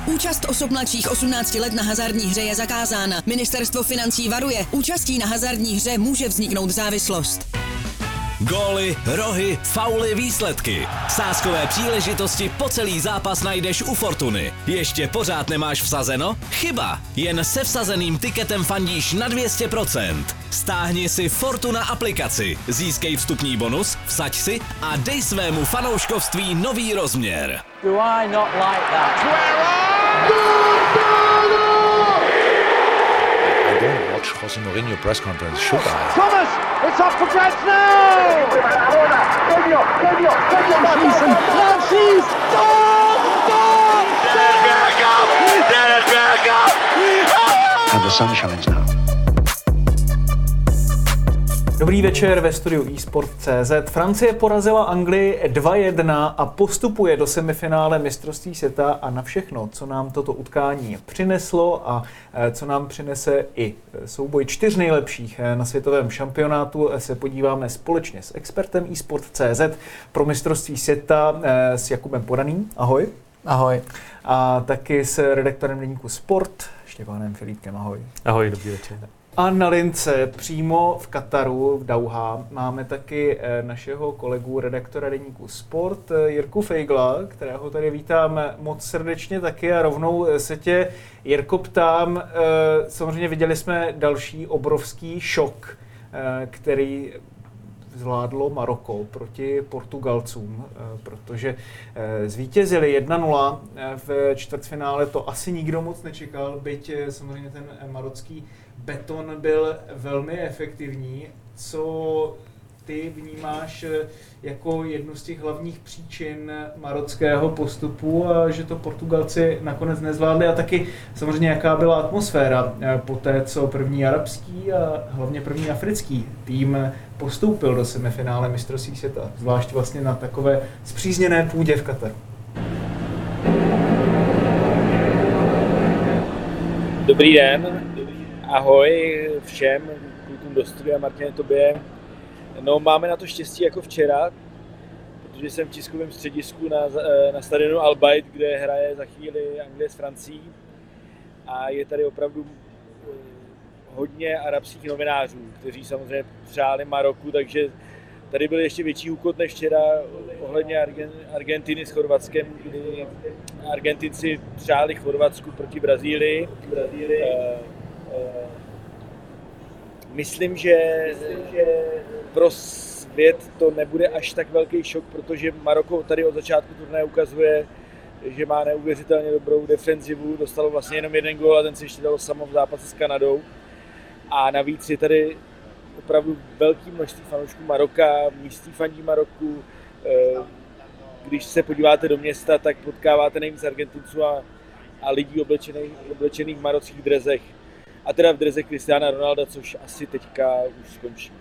Účast osob mladších 18 let na hazardní hře je zakázána. Ministerstvo financí varuje, účastí na hazardní hře může vzniknout závislost. Góly, rohy, fauly, výsledky. Sázkové příležitosti po celý zápas najdeš u Fortuny. Ještě pořád nemáš vsazeno? Chyba! Jen se vsazeným tiketem fandíš na 200%. Stáhni si Fortuna aplikaci, získej vstupní bonus, vsaď si a dej svému fanouškovství nový rozměr. Do I not like that? I don't watch Jose Mourinho press conference, should I? Thomas, it's up for grabs now! And the sun shines now. Dobrý večer ve studiu eSport.cz. Francie porazila Anglii 2-1 a postupuje do semifinále mistrovství světa a na všechno, co nám toto utkání přineslo a co nám přinese i souboj 4 nejlepších na světovém šampionátu, se podíváme společně s expertem eSport.cz pro mistrovství světa s Jakubem Podaným. Ahoj. Ahoj. A taky s redaktorem deníku Sport Štěpánem Filipkem. Ahoj. Ahoj, dobrý večer. A na lince přímo v Kataru, v Dauhá, máme taky našeho kolegu, redaktora deníku Sport, Jirku Feigla, kterého tady vítám moc srdečně taky a rovnou se tě, Jirko, ptám, samozřejmě viděli jsme další obrovský šok, který zvládlo Maroko proti Portugalcům, protože zvítězili 1-0 v čtvrtfinále, to asi nikdo moc nečekal, byť samozřejmě ten marocký beton byl velmi efektivní. Co ty vnímáš jako jednu z těch hlavních příčin marockého postupu a že to Portugalci nakonec nezvládli a taky samozřejmě jaká byla atmosféra po té, co první arabský a hlavně první africký tým postoupil do semifinále mistrovství světa, zvlášť vlastně na takové spřízněné půdě v Kataru? Dobrý den, ahoj všem klukům do studia, Martine, tobě. No, máme na to štěstí jako včera, protože jsem v tiskovém středisku na stadionu Al Bayt, kde hraje za chvíli Anglie s Francií a je tady opravdu hodně arabských novinářů, kteří samozřejmě přáli Maroku, takže tady byl ještě větší úkol než včera ohledně Argentiny s Chorvatskem, kdy Argentinci přáli Chorvatsku proti Brazílii. Myslím, že pro svět to nebude až tak velký šok, protože Maroko tady od začátku turnaje ukazuje, že má neuvěřitelně dobrou defenzivu, dostalo vlastně jenom 1 gól a ten se ještě dalo samo v zápase s Kanadou. A navíc je tady opravdu velké množství fanoušků Maroka, místní fandí Maroku. Když se podíváte do města, tak potkáváte nejvíc Argentinců a lidí oblečených v marockých drezech. A teda v drezech Cristiana Ronalda, což asi teďka už skončí.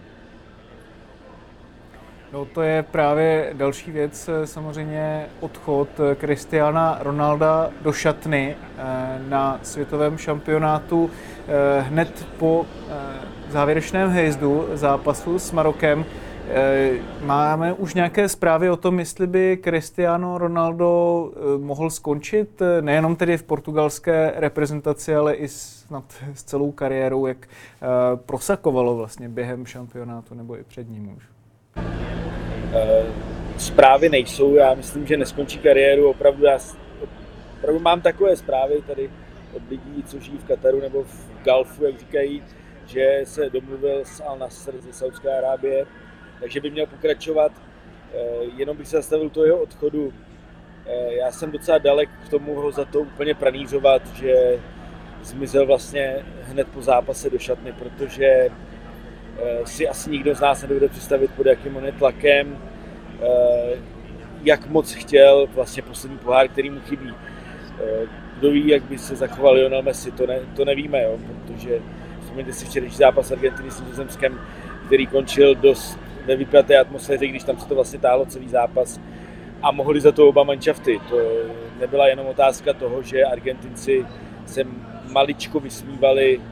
No to je právě další věc, samozřejmě odchod Cristiana Ronalda do šatny na světovém šampionátu hned po závěrečném hejzdu zápasu s Marokem. Máme už nějaké zprávy o tom, jestli by Cristiano Ronaldo mohl skončit nejenom tedy v portugalské reprezentaci, ale i snad s celou kariérou, jak prosakovalo vlastně během šampionátu nebo i před ním už? Zprávy nejsou, já myslím, že neskončí kariéru, opravdu mám takové zprávy tady od lidí, co žijí v Kataru nebo v Galfu, jak říkají, že se domluvil s Al Nassr ze Saudské Arábie, takže by měl pokračovat, jenom bych se zastavil toho jeho odchodu. Já jsem docela dalek k tomu ho za to úplně pranířovat, že zmizel vlastně hned po zápase do šatny, protože si asi nikdo z nás nedovede představit, pod jakým on je tlakem, jak moc chtěl vlastně poslední pohár, který mu chybí. Kdo ví, jak by se zachoval Lionel Messi, to nevíme, jo, protože vzpomeňte si včerejší zápas Argentiny s Nizozemskem, který končil dost ve vypjaté atmosféře, když tam se to vlastně táhlo celý zápas a mohli za to oba manšafty. To nebyla jenom otázka toho, že Argentinci se maličko vysmívali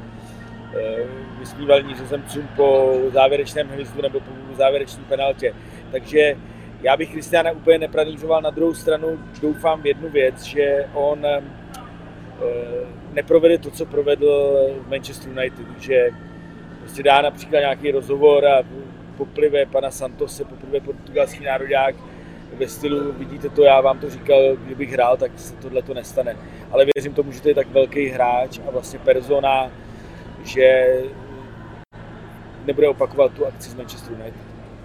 Nizozemcům po závěrečném hvězdu nebo po závěrečné penaltě. Takže já bych Cristiana úplně nepranířoval, na druhou stranu doufám v jednu věc, že on neprovede to, co provedl v Manchester United, že prostě dá například nějaký rozhovor a poplive pana Santose, poplive portugalský nároďák ve stylu, vidíte to, já vám to říkal, kdybych hrál, tak se tohle to nestane. Ale věřím tomu, že to je tak velký hráč a vlastně persona, že nebude opakovat tu akci z Manchester United.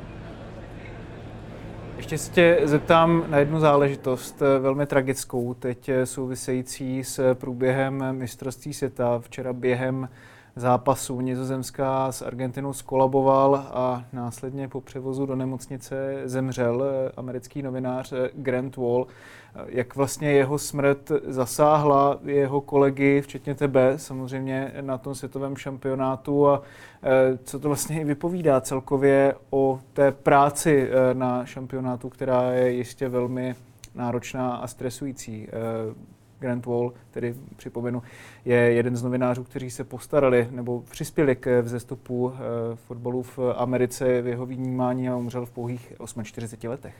Ještě se tě zeptám na jednu záležitost, velmi tragickou, teď související s průběhem mistrovství světa. Včera během zápasu Nizozemská s Argentinou skolaboval a následně po převozu do nemocnice zemřel americký novinář Grant Wahl. Jak vlastně jeho smrt zasáhla jeho kolegy, včetně tebe, samozřejmě na tom světovém šampionátu a co to vlastně vypovídá celkově o té práci na šampionátu, která je jistě velmi náročná a stresující. Grant Wahl, tedy připomenu, je jeden z novinářů, kteří se postarali nebo přispěli k vzestupu fotbalu v Americe v jeho vnímání a umřel v pouhých 48 letech.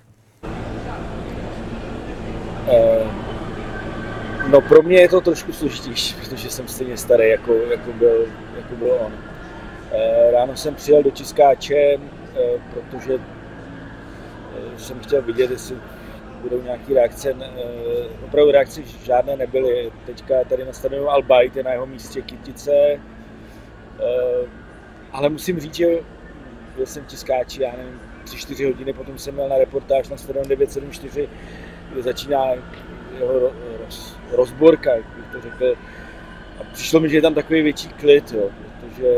No pro mě je to trošku složitější, protože jsem stejně starý, jako byl on. Ráno jsem přijel do Tiskáče, protože jsem chtěl vidět, jestli budou nějaké reakce. Opravdu reakce žádné nebyly. Teďka tady na stadionu Al Bayt je na jeho místě kytice. Ale musím říct, že byl jsem v Tiskáči, já nevím, 3-4 hodiny, potom jsem měl na reportáž na stadionu 974, kde začíná jeho rozborka, jak bych to řekl. A přišlo mi, že je tam takový větší klid, jo, protože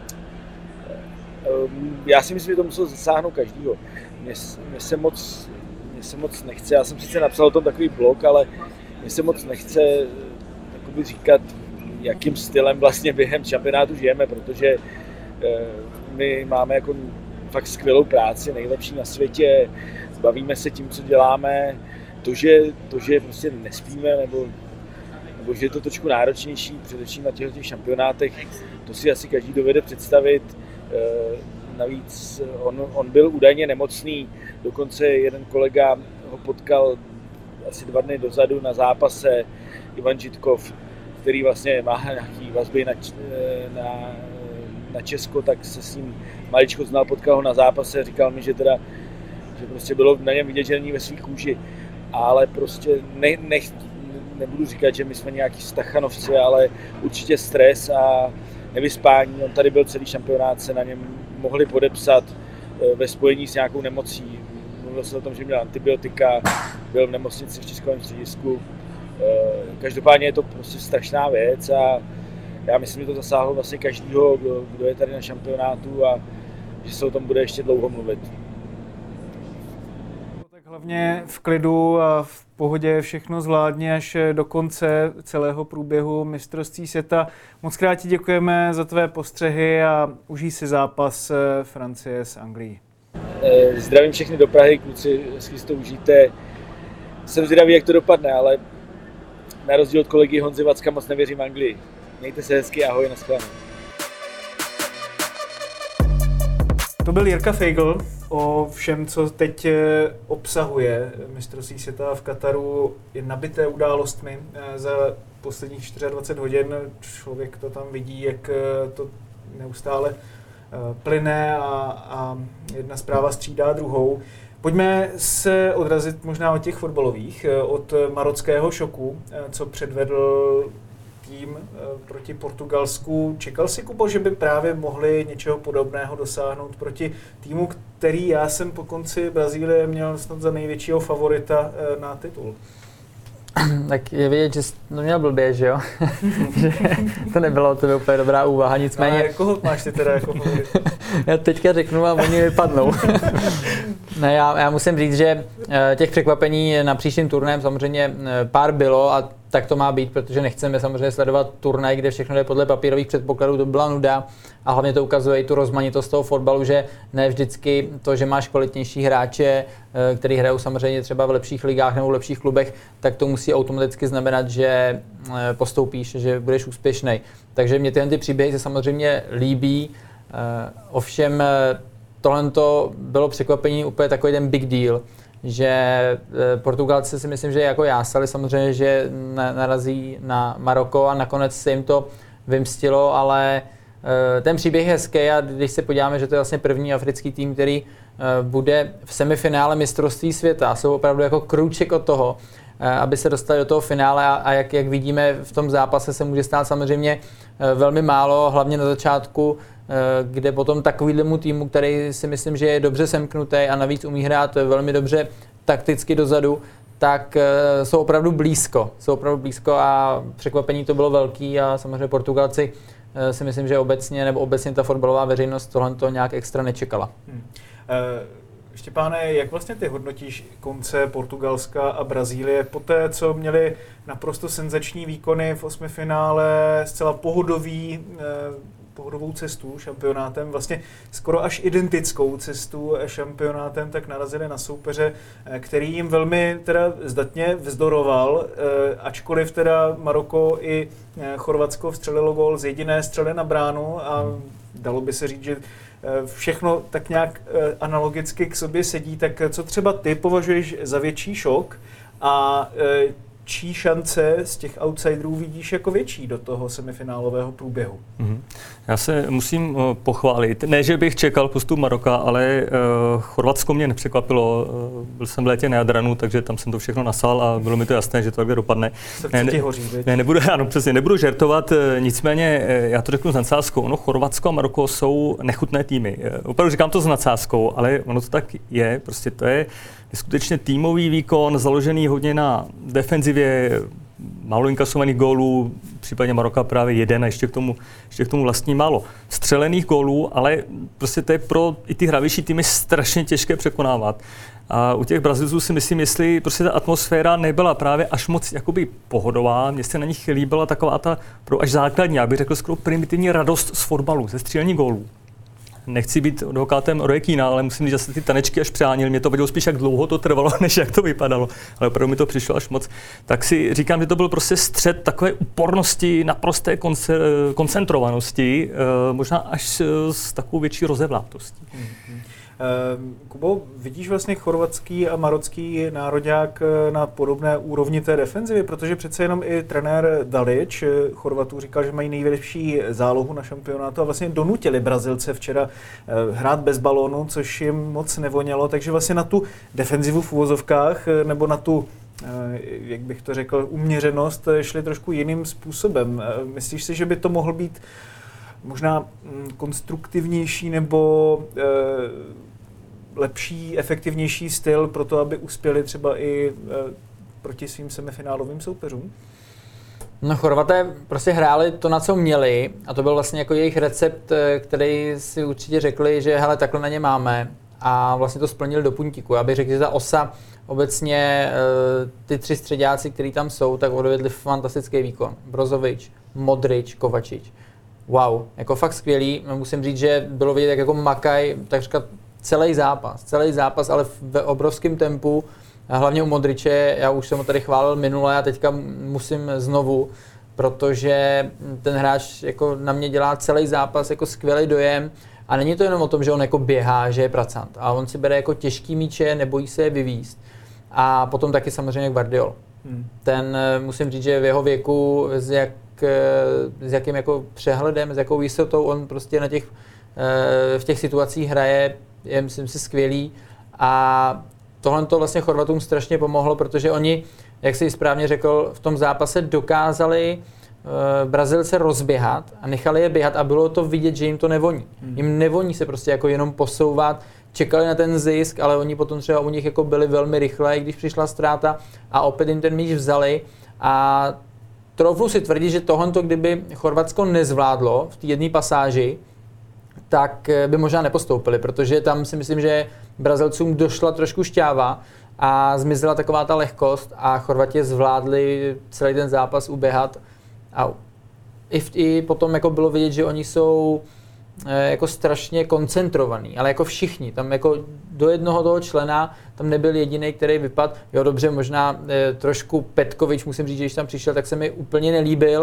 já si myslím, že to muselo zasáhnout každýho. Mně se moc nechce, já jsem sice napsal o tom takový blog, ale mně se moc nechce říkat, jakým stylem vlastně během šampionátu žijeme, protože my máme jako fakt skvělou práci, nejlepší na světě, bavíme se tím, co děláme, to, že prostě nespíme, nebo že je to trošku náročnější, především na těch šampionátech, to si asi každý dovede představit. Navíc on byl údajně nemocný, dokonce jeden kolega ho potkal asi 2 dny dozadu na zápase, Ivan Žitkov, který vlastně má nějaký vazby na Česko, tak se s ním maličko znal, potkal ho na zápase, říkal mi, že prostě bylo na něm vidět, že není ve svých kůži, ale prostě nebudu říkat, že my jsme nějaký stachanovci, ale určitě stres a nevyspání. On tady byl celý šampionát, se na něm mohli podepsat ve spojení s nějakou nemocí. Mluvil se o tom, že měl antibiotika, byl v nemocnici v tiskovém středisku. Každopádně je to prostě strašná věc a já myslím, že to zasáhlo vlastně každýho, kdo je tady na šampionátu a že se o tom bude ještě dlouho mluvit. Tak hlavně v klidu a v pohodě všechno zvládně až do konce celého průběhu mistrovství světa. Moc krát ti děkujeme za tvé postřehy a užij si zápas Francie s Anglií. Zdravím všechny do Prahy, kluci, jestli si to užijte. Jsem zvědavý, jak to dopadne, ale na rozdíl od kolegy Honzy Vacka moc nevěřím Anglii. Mějte se hezky, ahoj, nashledanou. To byl Jirka Feigl o všem, co teď obsahuje mistrovství světa v Kataru, je nabité událostmi za posledních 24 hodin. Člověk to tam vidí, jak to neustále plyne a jedna zpráva střídá druhou. Pojďme se odrazit možná od těch fotbalových, od marockého šoku, co předvedl tým proti Portugalsku. Čekal jsi, Kubo, že by právě mohli něčeho podobného dosáhnout proti týmu, který já jsem po konci Brazílie měl snad za největšího favorita na titul? Tak je vidět, že jsi to měl blbě, že jo? Že to nebylo to úplně dobrá úvaha, nicméně... Ale koho máš ty teda jako favorit? Já teďka řeknu a oni vypadnou. Ne, já musím říct, že těch překvapení na příštím turnajem samozřejmě pár bylo a tak to má být, protože nechceme samozřejmě sledovat turnaj, kde všechno jde podle papírových předpokladů, to byla nuda a hlavně to ukazuje i tu rozmanitost toho fotbalu, že ne vždycky to, že máš kvalitnější hráče, který hrajou samozřejmě třeba v lepších ligách nebo v lepších klubech, tak to musí automaticky znamenat, že postoupíš, že budeš úspěšný. Takže mě ty příběhy se samozřejmě líbí, ovšem tohle bylo překvapení úplně takový ten big deal, že Portugalci si myslím, že jako jásali samozřejmě, že narazí na Maroko a nakonec se jim to vymstilo, ale ten příběh je hezký a když se podíváme, že to je vlastně první africký tým, který bude v semifinále mistrovství světa, jsou opravdu jako krůček od toho, aby se dostali do toho finále a jak vidíme v tom zápase se může stát samozřejmě velmi málo, hlavně na začátku, kde potom takovýhlemu týmu, který si myslím, že je dobře semknutý a navíc umí hrát velmi dobře takticky dozadu, tak jsou opravdu blízko a překvapení to bylo velký a samozřejmě Portugalci si myslím, že obecně ta fotbalová veřejnost tohle to nějak extra nečekala. Štěpáne, jak vlastně ty hodnotíš konce Portugalska a Brazílie po té, co měli naprosto senzační výkony v osmifinále, zcela pohodovou cestu šampionátem, vlastně skoro až identickou cestu šampionátem, tak narazili na soupeře, který jim velmi teda zdatně vzdoroval, ačkoliv teda Maroko i Chorvatsko vstřelilo gól z jediné střely na bránu a dalo by se říct, že všechno tak nějak analogicky k sobě sedí, tak co třeba ty považuješ za větší šok a čí šance z těch outsiderů vidíš jako větší do toho semifinálového průběhu? Já se musím pochválit. Ne, že bych čekal postup Maroka, ale Chorvatsko mě nepřekvapilo. Byl jsem v létě na Jadranu, takže tam jsem to všechno nasál a bylo mi to jasné, že to takhle dopadne. Nebudu žertovat, nicméně já to řeknu s nadsázkou. Chorvatsko a Maroko jsou nechutné týmy. Opravdu říkám to s nadsázkou, ale ono to tak je. Prostě to je skutečně týmový výkon, založený hodně na defenzivě, málo inkasovaných gólů, případně Maroka právě jeden a ještě k tomu vlastní málo střelených gólů, ale prostě to je pro i ty hravější týmy strašně těžké překonávat. A u těch Brazilců si myslím, jestli prostě ta atmosféra nebyla právě až moc jakoby pohodová, mně se na nich líbila taková ta až základní, já bych řekl skoro primitivní radost z fotbalu, ze střílení gólů. Nechci být advokátem Roye Keana, ale musím říct, že se ty tanečky až přeháněly. Mě to vidělo spíš, jak dlouho to trvalo, než jak to vypadalo. Ale opravdu mi to přišlo až moc. Tak si říkám, že to byl prostě střed takové úpornosti, naprosté koncentrovanosti, možná až s takovou větší rozevlátostí. Kubo, vidíš vlastně chorvatský a marocký nároďák na podobné úrovni té defenzivy, protože přece jenom i trenér Dalić Chorvatů říkal, že mají největší zálohu na šampionátu a vlastně donutili Brazilce včera hrát bez balónu, což jim moc nevonělo, takže vlastně na tu defenzivu v uvozovkách nebo na tu, jak bych to řekl, uměřenost šli trošku jiným způsobem. Myslíš si, že by to mohl být možná konstruktivnější nebo lepší, efektivnější styl pro to, aby uspěli třeba i proti svým semifinálovým soupeřům? No, Chorvaté prostě hráli to, na co měli, a to byl vlastně jako jejich recept, který si určitě řekli, že hele, takhle na ně máme, a vlastně to splnili do puntíku. Já bych řekl, že ta osa obecně ty tři středáci, kteří tam jsou, tak odvedli fantastický výkon. Brozovič, Modrič, Kovačič. Wow, jako fakt skvělý. Musím říct, že bylo vidět, jak jako makaj, takřka celý zápas, ale v obrovském tempu. A hlavně u Modriče, já už jsem ho tady chválil minule a teďka musím znovu, protože ten hráč jako na mě dělá celý zápas jako skvělý dojem. A není to jenom o tom, že on jako běhá, že je pracant, ale on si bere jako těžký míče, nebojí se je vyvízt. A potom taky samozřejmě Guardiol. Ten, musím říct, že v jeho věku, s jakým jako přehledem, s jakou jistotou on prostě na v těch situacích hraje, je, myslím si, skvělý. A tohle to vlastně Chorvatům strašně pomohlo, protože oni, jak jsi správně řekl, v tom zápase dokázali Brazilce rozběhat a nechali je běhat a bylo to vidět, že jim to nevoní. Jim nevoní se prostě jako jenom posouvat, čekali na ten zisk, ale oni potom třeba u nich jako byli velmi rychle, když přišla ztráta a opět jim ten míč vzali. A troufnu si tvrdit, že tohle, kdyby Chorvatsko nezvládlo v té jedné pasáži, tak by možná nepostoupili, protože tam si myslím, že Brazilcům došla trošku šťáva a zmizela taková ta lehkost a Chorvati zvládli celý ten zápas uběhat. A i potom jako bylo vidět, že oni jsou jako strašně koncentrovaní, ale jako všichni. Tam jako do jednoho toho člena tam nebyl jediný, který vypadl. Jo, dobře, možná trošku Petkovič, musím říct, že když tam přišel, tak se mi úplně nelíbil.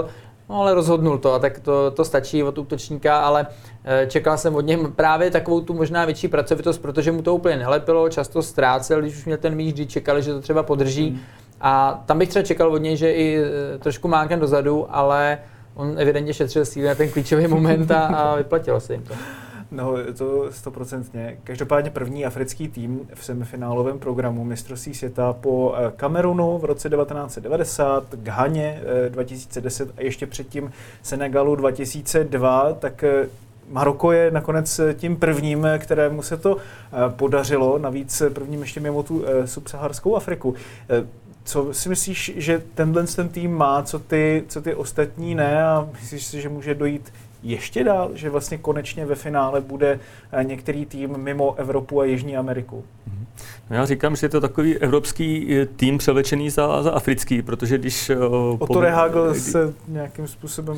No ale rozhodnul to a tak to stačí od útočníka, ale čekal jsem od něj právě takovou tu možná větší pracovitost, protože mu to úplně nelepilo, často ztrácel, když už měl ten míč, kdy čekali, že to třeba podrží. A tam bych třeba čekal od něj, že i trošku mánkem dozadu, ale on evidentně šetřil síly na ten klíčový moment a vyplatilo se jim to. No, to 100%. Každopádně první africký tým v semifinálovém programu mistrovství světa po Kamerunu v roce 1990, Ghaně 2010 a ještě předtím Senegalu 2002, tak Maroko je nakonec tím prvním, kterému se to podařilo, navíc prvním ještě mimo tu subsaharskou Afriku. Co si myslíš, že ten tým má, co ty ostatní ne, a myslíš si, že může dojít ještě dál, že vlastně konečně ve finále bude některý tým mimo Evropu a Jižní Ameriku? No já říkám, že je to takový evropský tým převlečený za africký, protože když... Otto Rehhagel se nějakým způsobem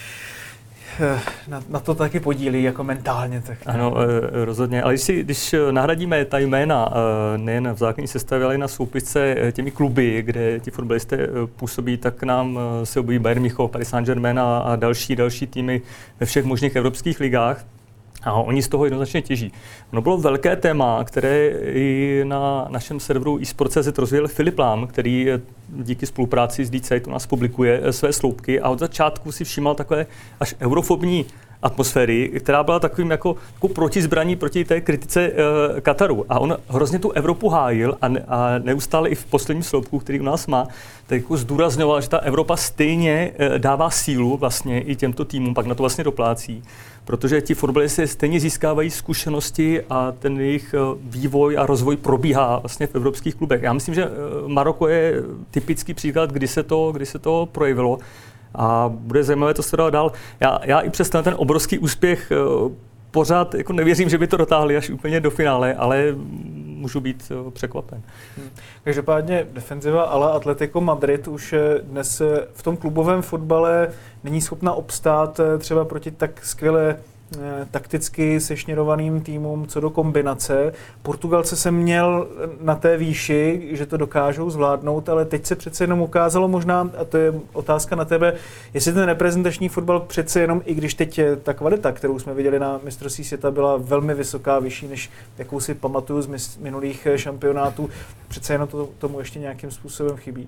na to taky podílí jako mentálně. Tak ano, rozhodně. Ale když nahradíme ta jména nejen v základní sestavě, ale i na soupisce těmi kluby, kde ti fotbalisté působí, tak nám se objeví Bayern Mnichov, Paris Saint-Germain a další týmy ve všech možných evropských ligách. A oni z toho jednoznačně těží. Ono bylo velké téma, které i na našem serveru eSport.cz rozvíjel Filip Lám, který díky spolupráci s DCite u nás publikuje své sloupky a od začátku si všímal takové až eurofobní atmosféry, která byla takovým jako protizbraní proti té kritice Kataru. A on hrozně tu Evropu hájil a neustále i v posledním sloupku, který u nás má, tak jako zdůrazňoval, že ta Evropa stejně dává sílu vlastně i těmto týmům, pak na to vlastně doplácí. Protože ti fotbalisté stejně získávají zkušenosti a ten jejich vývoj a rozvoj probíhá vlastně v evropských klubech. Já myslím, že Maroko je typický příklad, kdy se to projevilo a bude zajímavé to sledovat dál. Já i přes ten obrovský úspěch pořád jako nevěřím, že by to dotáhli až úplně do finále, ale můžu být překvapen. Každopádně defenziva ala Atletico Madrid už dnes v tom klubovém fotbale není schopna obstát třeba proti tak skvěle takticky sešněrovaným týmům co do kombinace. Portugalce se měl na té výši, že to dokážou zvládnout, ale teď se přece jenom ukázalo možná, a to je otázka na tebe, jestli ten reprezentační fotbal přece jenom, i když teď ta kvalita, kterou jsme viděli na mistrovství světa, byla velmi vysoká, vyšší, než jakou si pamatuju z minulých šampionátů, přece jenom tomu ještě nějakým způsobem chybí.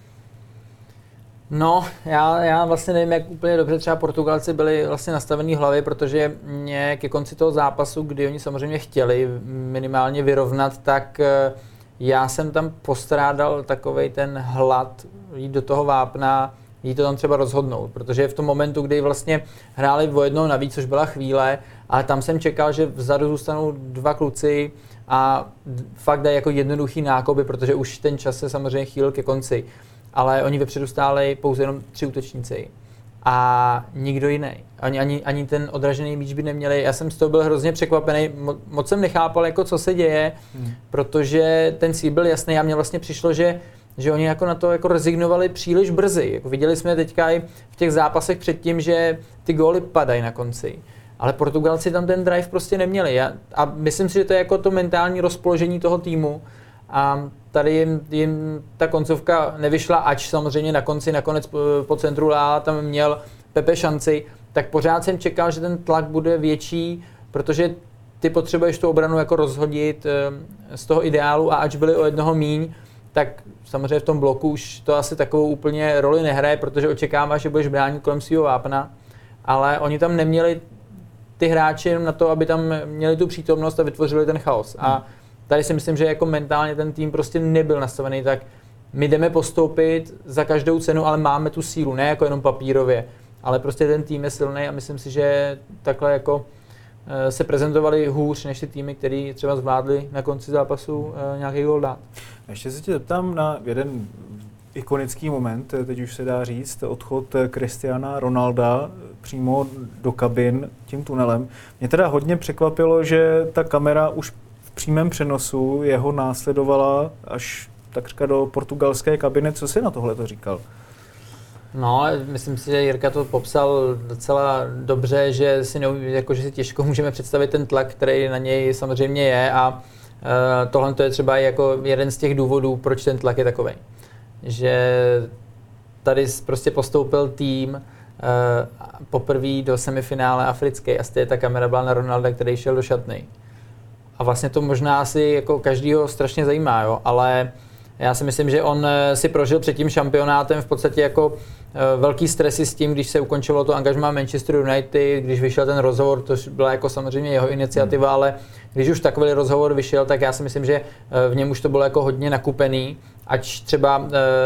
No, já vlastně nevím, jak úplně dobře třeba Portugalci byli vlastně nastavený hlavy, protože mě ke konci toho zápasu, kdy oni samozřejmě chtěli minimálně vyrovnat, tak já jsem tam postrádal takovej ten hlad jít do toho vápna, jít to tam třeba rozhodnout, protože v tom momentu, kdy vlastně hráli o jednou navíc, což byla chvíle, ale tam jsem čekal, že vzadu zůstanou dva kluci a fakt dají jako jednoduchý nákopy, protože už ten čas se samozřejmě chýlil ke konci. Ale oni vepředu stáli pouze jenom 3 útočníci a nikdo jiný. Ani ten odražený míč by neměli. Já jsem z toho byl hrozně překvapený. Moc jsem nechápal, jako co se děje, protože ten cíl byl jasný a mně vlastně přišlo, že oni jako na to jako rezignovali příliš brzy. Jako viděli jsme teďka i v těch zápasech předtím, že ty góly padají na konci. Ale Portugalci tam ten drive prostě neměli. A myslím si, že to je jako to mentální rozpoložení toho týmu. A tady jim ta koncovka nevyšla, ač samozřejmě nakonec po centru Lá tam měl Pepe šanci, tak pořád jsem čekal, že ten tlak bude větší, protože ty potřebuješ tu obranu jako rozhodit z toho ideálu a ač byli o jednoho míň, tak samozřejmě v tom bloku už to asi takovou úplně roli nehraje, protože očekáváš, že budeš bránit kolem svého vápna, ale oni tam neměli ty hráči jenom na to, aby tam měli tu přítomnost a vytvořili ten chaos. A tady si myslím, že jako mentálně ten tým prostě nebyl nastavený, tak my jdeme postoupit za každou cenu, ale máme tu sílu, ne jako jenom papírově, ale prostě ten tým je silný a myslím si, že takhle jako se prezentovali hůř než ty týmy, který třeba zvládli na konci zápasu nějaký gól dát. Ještě se tě zeptám na jeden ikonický moment, teď už se dá říct, odchod Cristiana Ronalda přímo do kabin tím tunelem. Mě teda hodně překvapilo, že ta kamera už v přímém přenosu jeho následovala až takřka do portugalské kabiny. Co jsi na tohle to říkal? No, myslím si, že Jirka to popsal docela dobře, že že si těžko můžeme představit ten tlak, který na něj samozřejmě je a tohle to je třeba jako jeden z těch důvodů, proč ten tlak je takovej. Že tady prostě postoupil tým poprvé do semifinále africké a stejně ta kamera byla na Ronalda, který šel do šatny. A vlastně to možná asi jako každýho strašně zajímá, jo? Ale já si myslím, že on si prožil před tím šampionátem v podstatě jako velký stresy s tím, když se ukončilo to angažmá Manchester United, když vyšel ten rozhovor, to byla jako samozřejmě jeho iniciativa, ale když už takový rozhovor vyšel, tak já si myslím, že v něm už to bylo jako hodně nakupený, ač třeba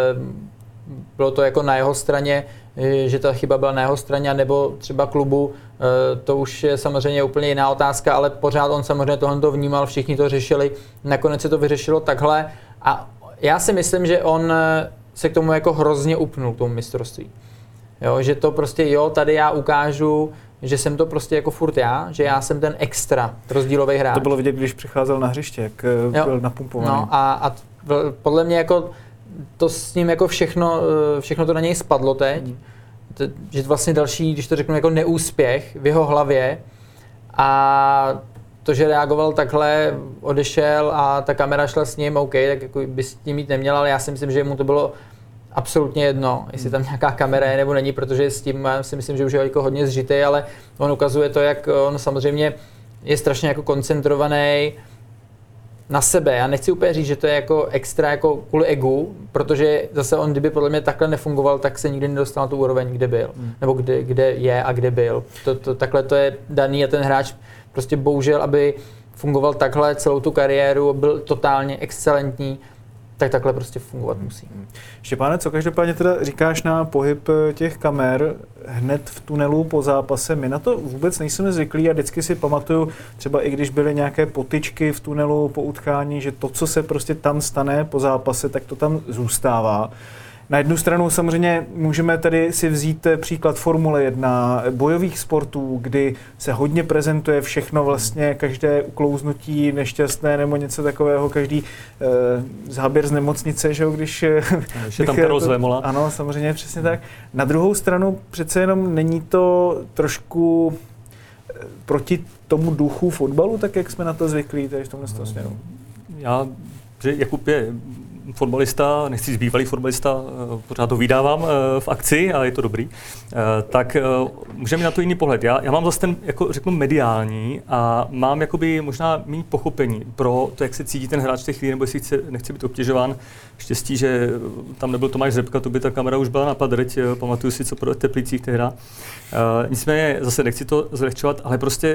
bylo to jako na jeho straně, že ta chyba byla na jeho straně, nebo třeba klubu, to už je samozřejmě úplně jiná otázka, ale pořád on samozřejmě tohle to vnímal, všichni to řešili, nakonec se to vyřešilo takhle a já si myslím, že on se k tomu jako hrozně upnul, k tomu mistrovství. Jo, že to prostě tady já ukážu, že jsem to prostě jako furt já, že já jsem ten extra rozdílový hráč. To bylo vidět, když přicházel na hřiště, jak byl napumpovaný. No a podle mě jako to s ním jako všechno to na něj spadlo teď, že vlastně další, když to řeknu, jako neúspěch v jeho hlavě a to, že reagoval takhle, odešel a ta kamera šla s ním, OK, tak jako by s tím mít neměl, ale já si myslím, že mu to bylo absolutně jedno, jestli tam nějaká kamera je nebo není, protože s tím si myslím, že už je jako hodně zžitej, ale on ukazuje to, jak on samozřejmě je strašně jako koncentrovaný na sebe. Já nechci úplně říct, že to je jako extra jako kvůli egu, protože zase on, kdyby podle mě takhle nefungoval, tak se nikdy nedostal na tu úroveň, kde byl, nebo kde je a kde byl. Takhle to je daný a ten hráč prostě bohužel, aby fungoval takhle celou tu kariéru, byl totálně excelentní, tak takhle prostě fungovat musí. Štěpáne, co každopádně teda říkáš na pohyb těch kamer hned v tunelu po zápase? My na to vůbec nejsme zvyklí a vždycky si pamatuju, třeba i když byly nějaké potyčky v tunelu po utkání, že to, co se prostě tam stane po zápase, tak to tam zůstává. Na jednu stranu samozřejmě můžeme tady si vzít příklad Formule 1, bojových sportů, kdy se hodně prezentuje všechno vlastně, každé uklouznutí nešťastné nebo něco takového, každý záběr z nemocnice, že jo, když je tam Karol Zvemola. Ano, samozřejmě, přesně tak. Na druhou stranu přece jenom není to trošku proti tomu duchu fotbalu, tak jak jsme na to zvyklí, tady v tomhle směru. Že Jakub je fotbalista, nechci bývalý fotbalista, pořád to vydávám v akci a je to dobrý, tak můžeme mít na to jiný pohled. Já mám zase ten, jako řeknu, mediální a mám jakoby možná méně pochopení pro to, jak se cítí ten hráč v té chvíli, nebo jestli nechce být obtěžován. Štěstí, že tam nebyl Tomáš Řepka, to by ta kamera už byla na padrť, pamatuju si, co pro Teplicích tehda. Nicméně zase nechci to zlehčovat, ale prostě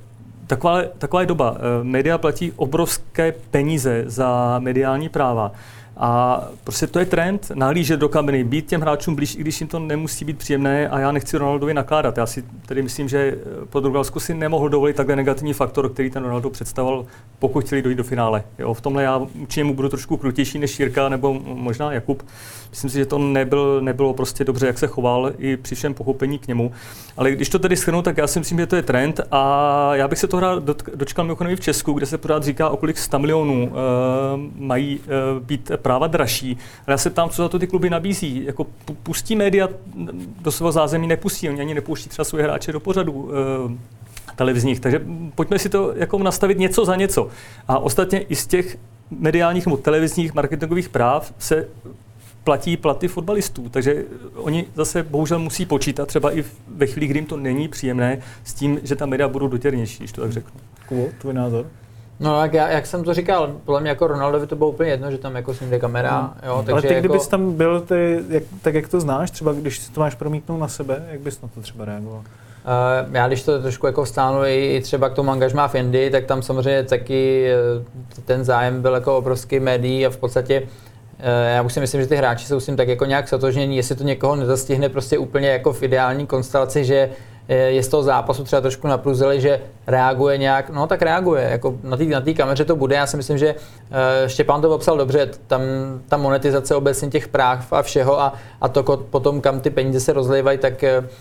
Taková je doba. Média platí obrovské peníze za mediální práva. A prostě to je trend, nahlížet do kabiny, být těm hráčům blíž, i když jim to nemusí být příjemné a já nechci Ronaldovi nakládat. Já si tedy myslím, že Portugalsko si nemohl dovolit takhle negativní faktor, který ten Ronaldo představoval, pokud chtěli dojít do finále. Jo, v tomhle já určitě mu budu trošku krutější než Jirka nebo možná Jakub. Myslím si, že to nebylo prostě dobře, jak se choval i při všem pochopení k němu. Ale když to tedy shrnu, tak já si myslím, že to je trend a já bych se toho dočkal mimochodem i v Česku, kde se pořád říká, o kolik 100 milionů mají být práva dražší. Ale já se ptám, co za to ty kluby nabízí. Jako pustí média do svého zázemí, nepustí. Oni ani nepouští třeba svoje hráče do pořadu televizních. Takže pojďme si to jako nastavit něco za něco. A ostatně i z těch mediálních nebo televizních marketingových práv se platí platy fotbalistů. Takže oni zase bohužel musí počítat, třeba i ve chvíli, kdy jim to není příjemné, s tím, že ta média budou dotěrnější, když to tak řeknu. Kubo, tvůj názor? No, jak jsem to říkal, podle mě jako Ronaldovi to bylo úplně jedno, že tam jako s ním jde kamera. Jo, takže ale ty, jako kdybys tam byl, tak jak to znáš, třeba když si to máš promítnout na sebe, jak bys na to třeba reagoval? Já když to trošku jako vstánu i třeba k tomu angažmá v Indii, tak tam samozřejmě taky ten zájem byl jako obrovský médií a v podstatě já už si myslím, že ty hráči jsou s tím tak jako nějak zatožnění, jestli to někoho nezastihne prostě úplně jako v ideální konstelaci, že je z toho zápasu třeba trošku napruzeli, že reaguje nějak, no tak reaguje, jako na té kameře to bude, já si myslím, že Štěpán to popsal dobře, tam ta monetizace obecně těch práv a všeho a to potom, kam ty peníze se rozlévají, tak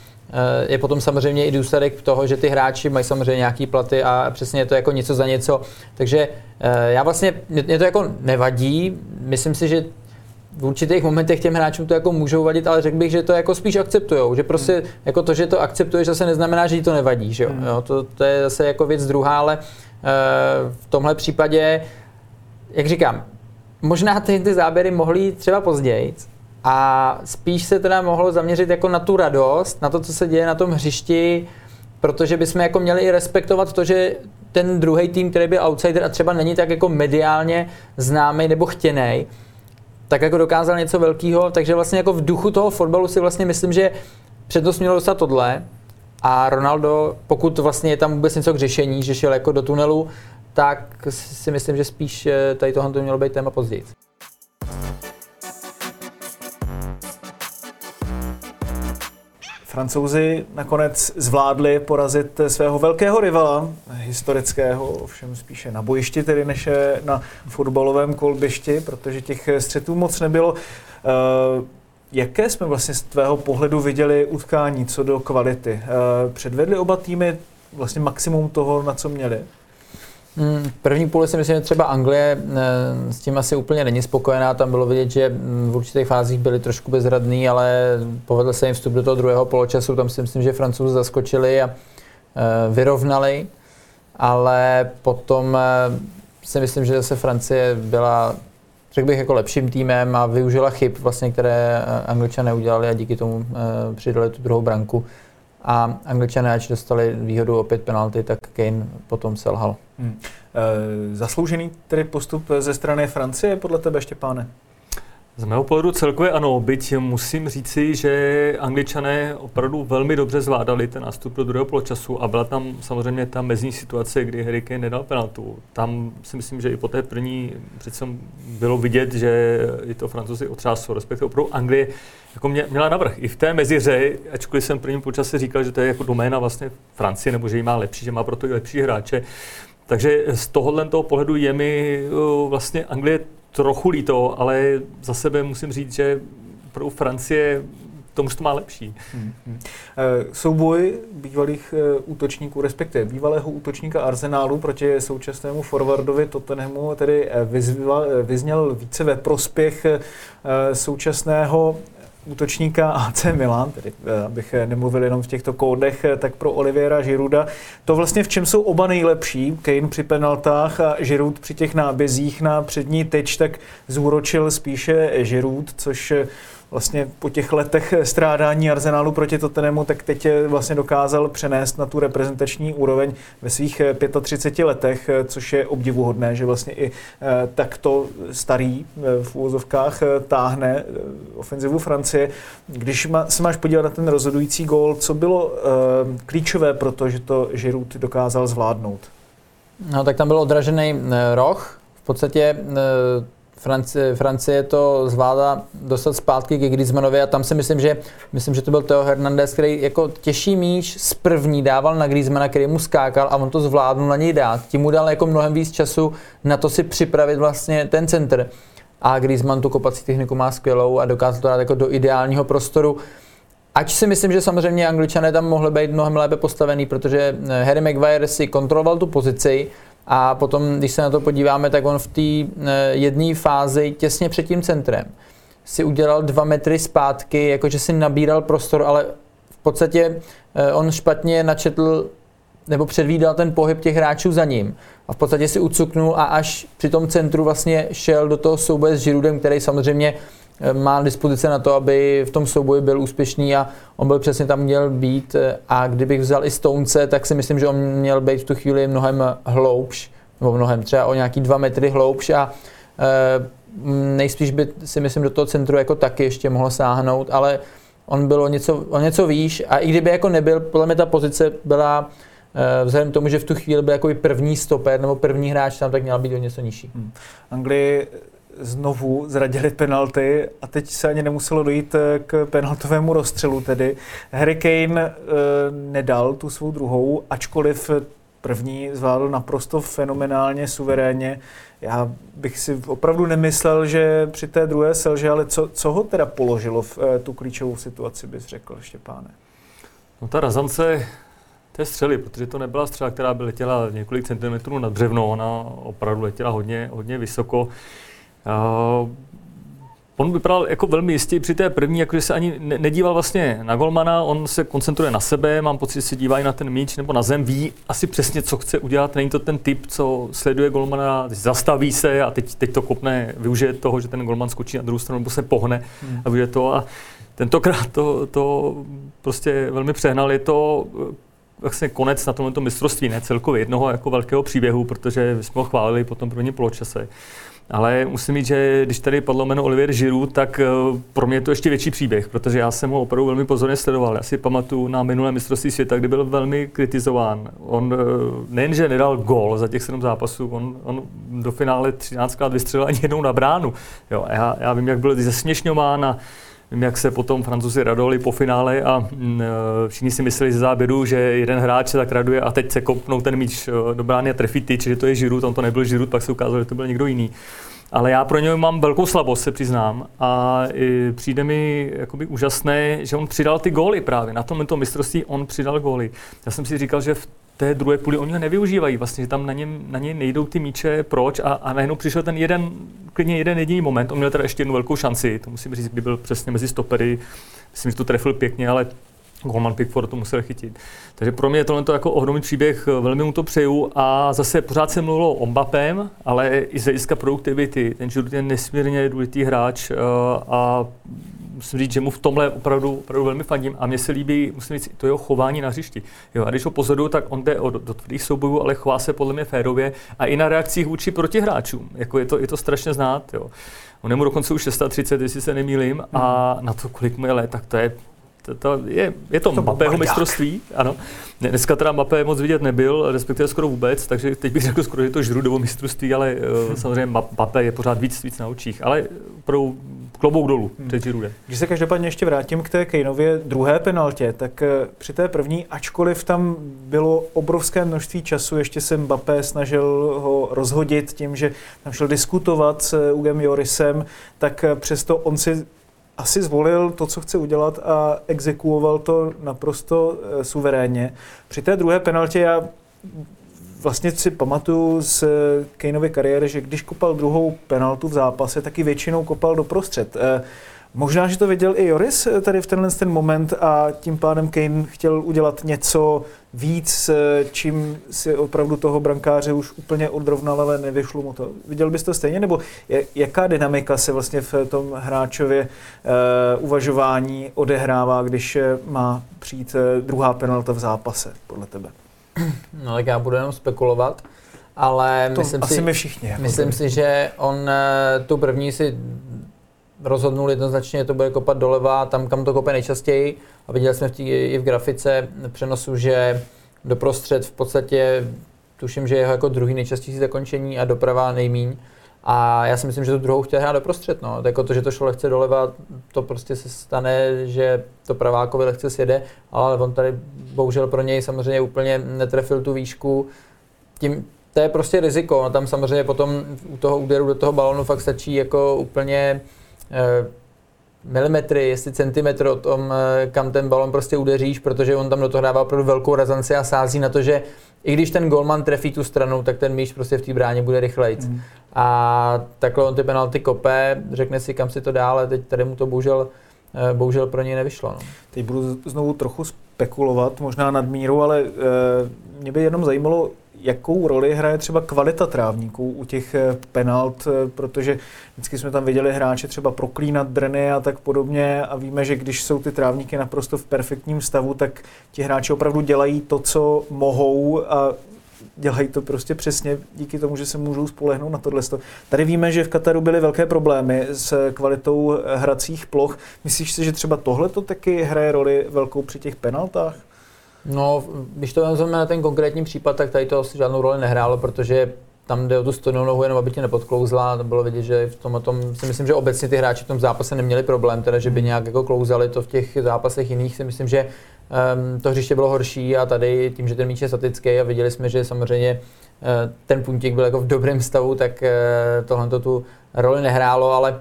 je potom samozřejmě i důsledek toho, že ty hráči mají samozřejmě nějaký platy a přesně je to jako něco za něco, takže já vlastně, mě to jako nevadí, myslím si, že v určitých momentech těm hráčům to jako můžou vadit, ale řekl bych, že to jako spíš akceptujou, že prostě jako to, že to akceptuješ, zase neznamená, že jí to nevadí, že jo? To je zase jako věc druhá, ale v tomhle případě, jak říkám, možná ty záběry mohly jít třeba později, A spíš se teda mohlo zaměřit jako na tu radost, na to, co se děje na tom hřišti, protože bychom jako měli i respektovat to, že ten druhý tým, který byl outsider a třeba není tak jako mediálně známý nebo chtěnej, tak jako dokázal něco velkého, takže vlastně jako v duchu toho fotbalu si vlastně myslím, že přednost mělo dostat tohle a Ronaldo, pokud vlastně je tam vůbec něco k řešení, že šel jako do tunelu, tak si myslím, že spíš tady tohle to mělo být téma později. Francouzi nakonec zvládli porazit svého velkého rivala, historického, ovšem spíše na bojišti, tedy než na fotbalovém kolbišti, protože těch střetů moc nebylo. Jaké jsme vlastně z tvého pohledu viděli utkání co do kvality? Předvedli oba týmy vlastně maximum toho, na co měli? V první půli si myslím, že třeba Anglie s tím asi úplně není spokojená. Tam bylo vidět, že v určitých fázích byli trošku bezradní, ale povedl se jim vstup do toho druhého poločasu. Tam si myslím, že Francouzi zaskočili a vyrovnali. Ale potom si myslím, že zase Francie byla, řekl bych, jako lepším týmem a využila chyb, vlastně, které Angličané udělali a díky tomu přidali tu druhou branku. A Angličané, ač dostali výhodu opět penalty, tak Kane potom selhal. Zasloužený tedy postup ze strany Francie podle tebe, Štěpáne? Z mého pohledu celkově ano, byť musím říci, že Angličané opravdu velmi dobře zvládali ten nástup do druhého poločasu a byla tam samozřejmě ta mezní situace, kdy Harry Kane nedal penaltu. Tam si myslím, že i po té první přece bylo vidět, že i to Francouzi otřáslo, respektive opravdu Anglie jako měla navrch. I v té meziře, ačkoliv jsem v prvním poločase říkal, že to je jako doména vlastně Francie, nebo že ji má lepší, že má proto i lepší hráče. Takže z tohohle pohledu je mi vlastně Anglie trochu líto, ale za sebe musím říct, že pro Francie to má lepší. Souboj bývalých útočníků, respektive bývalého útočníka Arsenalu proti současnému forwardovi Tottenhamu, tedy vyzněl více ve prospěch současného útočníka AC Milan, tedy abych nemluvil jenom v těchto kódech, tak pro Oliviera Girouda. To vlastně v čem jsou oba nejlepší, Kane při penaltách a Giroud při těch nábězích na přední tyč, tak zúročil spíše Giroud, což vlastně po těch letech strádání Arsenalu proti Tottenhamu, tak teď vlastně dokázal přenést na tu reprezentační úroveň ve svých 35 letech, což je obdivuhodné, že vlastně i takto starý v úvozovkách táhne ofenzivu Francie. Když se máš podívat na ten rozhodující gól, co bylo klíčové pro to, že to Giroud dokázal zvládnout? No tak tam byl odražený roh. V podstatě Francie to zvládá dostat zpátky ke Griezmannovi a tam si myslím, že to byl Theo Hernandez, který jako těžší míč z první dával na Griezmana, který mu skákal a on to zvládnul na něj dát. Tím mu dal jako mnohem víc času na to si připravit vlastně ten centr. A Griezmann tu kopací techniku má skvělou a dokázal to dát jako do ideálního prostoru. Ač si myslím, že samozřejmě Angličané tam mohli být mnohem lépe postavený, protože Harry Maguire si kontroloval tu pozici a potom, když se na to podíváme, tak on v té jedné fázi těsně před tím centrem si udělal 2 metry zpátky, jakože si nabíral prostor, ale v podstatě on špatně načetl nebo předvídal ten pohyb těch hráčů za ním. A v podstatě si ucuknul a až při tom centru vlastně šel do toho souboje s Giroudem, který samozřejmě má dispozice na to, aby v tom souboji byl úspěšný a on byl přesně tam měl být a kdybych vzal i Stonese, tak si myslím, že on měl být v tu chvíli mnohem hloubš, nebo mnohem třeba o nějaký 2 metry hloubš a nejspíš by si myslím do toho centru jako taky ještě mohl sáhnout, ale on byl o něco výš a i kdyby jako nebyl, podle mě ta pozice byla vzhledem k tomu, že v tu chvíli byl jako první stoper nebo první hráč tam, tak měla být o něco nižší. Anglii znovu zradili penalty a teď se ani nemuselo dojít k penaltovému rozstřelu tedy. Harry Kane nedal tu svou druhou, ačkoliv první zvládl naprosto fenomenálně, suverénně. Já bych si opravdu nemyslel, že při té druhé selže, ale co ho teda položilo v tu klíčovou situaci, bys řekl, Štěpáne? No ta razance té střely, protože to nebyla střela, která by letěla několik centimetrů nad břevno, ona opravdu letěla hodně vysoko. On vypadal jako velmi jistý při té první, jakože se ani nedíval vlastně na golmana, on se koncentruje na sebe, mám pocit, že se dívá i na ten míč nebo na zem, ví asi přesně, co chce udělat, není to ten typ, co sleduje golmana, zastaví se a teď to kopne, využije toho, že ten golman skočí na druhou stranu nebo se pohne a využije to a tentokrát to prostě velmi přehnal, je to vlastně konec na tomto mistrovství, ne celkově jednoho jako velkého příběhu, protože jsme ho chválili po tom prvním poločase. Ale musím říct, že když tady padlo jméno Olivier Giroud, tak pro mě je to ještě větší příběh, protože já jsem ho opravdu velmi pozorně sledoval. Já si pamatuju na minulé mistrovství světa, kdy byl velmi kritizován. On nejenže nedal gól za těch 7 zápasů, on do finále 13krát vystřelil ani jednou na bránu. Jo, já vím, jak byl zesměšňován a vím, jak se potom Francouzi radovali po finále a všichni si mysleli ze záběru, že jeden hráč se tak raduje a teď se kopnou ten míč do brány a trefí tyč, že to je Giroud, on to nebyl Giroud, pak se ukázalo, že to byl někdo jiný. Ale já pro něj mám velkou slabost, se přiznám, a přijde mi jakoby úžasné, že on přidal ty góly právě. Na tomto mistrovství on přidal góly. Já jsem si říkal, že v té druhé půli oni ho nevyužívají, vlastně, že tam na ně nejdou ty míče, proč a najednou přišel ten klidně jeden jediný moment, on měl teda ještě jednu velkou šanci, to musím říct, kdy byl přesně mezi stopery, myslím, že to trefil pěkně, ale golman Pickford to musel chytit. Takže pro mě je tohle jako ohromný příběh, velmi mu to přeju a zase pořád se mluvilo o Mbappém, ale i z hlediska produktivity, ten Giroud je nesmírně důležitý hráč a musím říct, že mu v tomhle opravdu velmi fandím a mně se líbí, musím říct, to jeho chování na hřišti. Jo, a když ho pozoruju, tak on jde do tvrdých soubojů, ale chová se podle mě férově a i na reakcích vůči protihráčům. Jako je to strašně znát. Jo. On je mu dokonce už 630, jestli se nemýlím, a na to, kolik mu je let, tak je to Mbappého mistrovství, ano. Dneska teda Mbappé moc vidět nebyl, respektive skoro vůbec, takže teď bych řekl skoro, že je to Giroudovo mistrovství, ale samozřejmě Mbappé je pořád víc na očích, ale opravdu klobouk dolů před Giroudem. Když se každopádně ještě vrátím k té Kaneově druhé penaltě, tak při té první, ačkoliv tam bylo obrovské množství času, ještě se Mbappé snažil ho rozhodit tím, že tam šel diskutovat s Hughem Llorisem, tak přesto on si asi zvolil to, co chce udělat a exekuoval to naprosto suverénně. Při té druhé penaltě já vlastně si pamatuju z Kaneovy kariéry, že když kopal druhou penaltu v zápase, taky většinou kopal doprostřed. Možná, že to věděl i Lloris tady v tenhle ten moment a tím pádem Kane chtěl udělat něco víc, čím si opravdu toho brankáře už úplně odrovnal, ale nevyšlo mu to. Viděl bys to stejně? Nebo jaká dynamika se vlastně v tom hráčově uvažování odehrává, když má přijít druhá penalta v zápase, podle tebe? No tak já budu jenom spekulovat, ale myslím si, že on tu první si rozhodnul jednoznačně, to bude kopat doleva, tam, kam to kope nejčastěji. A viděli jsme i v grafice přenosu, že doprostřed v podstatě tuším, že je jako druhý nejčastější zakončení a doprava nejmíň. A já si myslím, že tu druhou chtěl hrát doprostřed. No. Jako to, že to šlo lehce doleva, to prostě se stane, že to pravákovi lehce sjede, ale on tady bohužel pro něj samozřejmě úplně netrefil tu výšku. To je prostě riziko. No, tam samozřejmě potom u toho úderu do toho balonu fakt stačí jako úplně milimetry, jestli centimetr o tom, kam ten balon prostě udeříš, protože on tam do toho dává opravdu velkou razanci a sází na to, že i když ten golman trefí tu stranu, tak ten míč prostě v té bráně bude rychlejc. A takhle on ty penalty kope, řekne si, kam si to dá, ale teď tady mu to bohužel pro něj nevyšlo. No. Teď budu znovu trochu spekulovat, možná nadmíru, ale mě by jenom zajímalo, jakou roli hraje třeba kvalita trávníků u těch penalt, protože vždycky jsme tam viděli hráče třeba proklínat drny a tak podobně a víme, že když jsou ty trávníky naprosto v perfektním stavu, tak ti hráči opravdu dělají to, co mohou a dělají to prostě přesně díky tomu, že se můžou spolehnout na tohle. Tady víme, že v Kataru byly velké problémy s kvalitou hracích ploch. Myslíš si, že třeba tohleto taky hraje roli velkou při těch penaltách? No, když to vezmeme na ten konkrétní případ, tak tady to asi žádnou roli nehrálo, protože tam jde o tu stojnou nohu, jenom aby tě nepodklouzla. To bylo vidět, že v tom si myslím, že obecně ty hráči v tom zápase neměli problém, teda že by nějak jako klouzali. To v těch zápasech jiných si myslím, že to hřiště bylo horší a tady tím, že ten míč je statický a viděli jsme, že samozřejmě ten puntík byl jako v dobrém stavu, tak tohle tu roli nehrálo, ale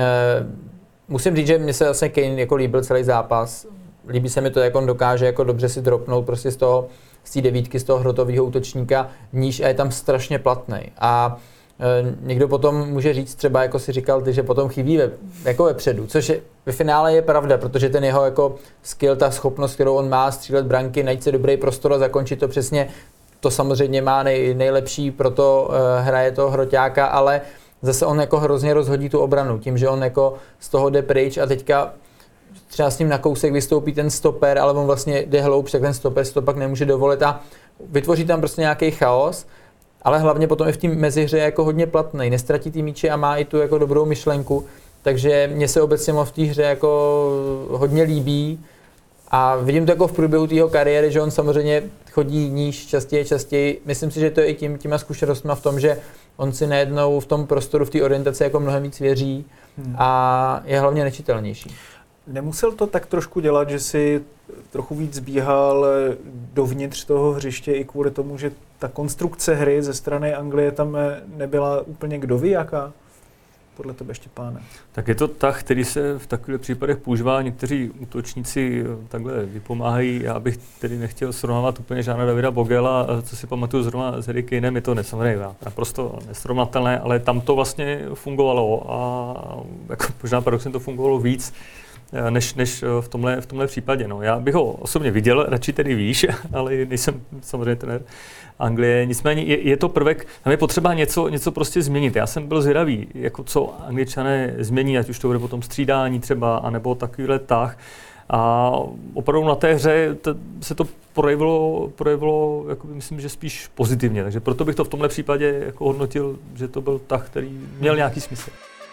musím říct, že mně se vlastně Kane jako líbil celý zápas. Líbí se mi to, jak on dokáže jako dobře si dropnout prostě z té devítky, z toho hrotového útočníka níž a je tam strašně platnej. A někdo potom může říct třeba, jako si říkal ty, že potom chybí jako vepředu, což je, ve finále je pravda, protože ten jeho jako skill, ta schopnost, kterou on má střílet branky, najít si dobrý prostor a zakončit to přesně, to samozřejmě má nejlepší, proto hraje toho hroťáka, ale zase on jako hrozně rozhodí tu obranu tím, že on jako z toho jde pryč a teďka třeba s ním na kousek vystoupí ten stoper, ale on vlastně jde hloubš, tak ten stoper si to pak nemůže dovolit a vytvoří tam prostě nějaký chaos, ale hlavně potom i v té mezihře je jako hodně platný, nestratí ty míče a má i tu jako dobrou myšlenku, takže mně se obecně v té hře jako hodně líbí a vidím to jako v průběhu tého kariéry, že on samozřejmě chodí níž častěji. Myslím si, že to je i těma zkušenostma v tom, že on si najednou v tom prostoru, v té orientaci jako mnohem víc věří a je hlavně nečitelnější. Nemusel to tak trošku dělat, že si trochu víc zbíhal dovnitř toho hřiště i kvůli tomu, že ta konstrukce hry ze strany Anglie tam nebyla úplně kdo ví jaká? Podle tebe, Štěpáne. Tak je to tah, který se v takových případech používá. Někteří útočníci takhle vypomáhají. Já bych tedy nechtěl srovnávat úplně žádná Davida Bogela, co si pamatuju zrovna s Harry Kanem, je to samozřejmě naprosto nesrovnatelné, ale tam to vlastně fungovalo a jako možná paradoxně to fungovalo víc, než v tomhle případě. No. Já bych ho osobně viděl, radši tedy výš, ale nejsem samozřejmě trenér Anglie. Nicméně je to prvek, tam je potřeba něco prostě změnit. Já jsem byl zvědavý, jako co Angličané změní, ať už to bude potom střídání třeba, anebo takovýhle tah. A opravdu na té hře se to projevilo jako myslím, že spíš pozitivně. Takže proto bych to v tomhle případě jako hodnotil, že to byl tah, který měl nějaký smysl.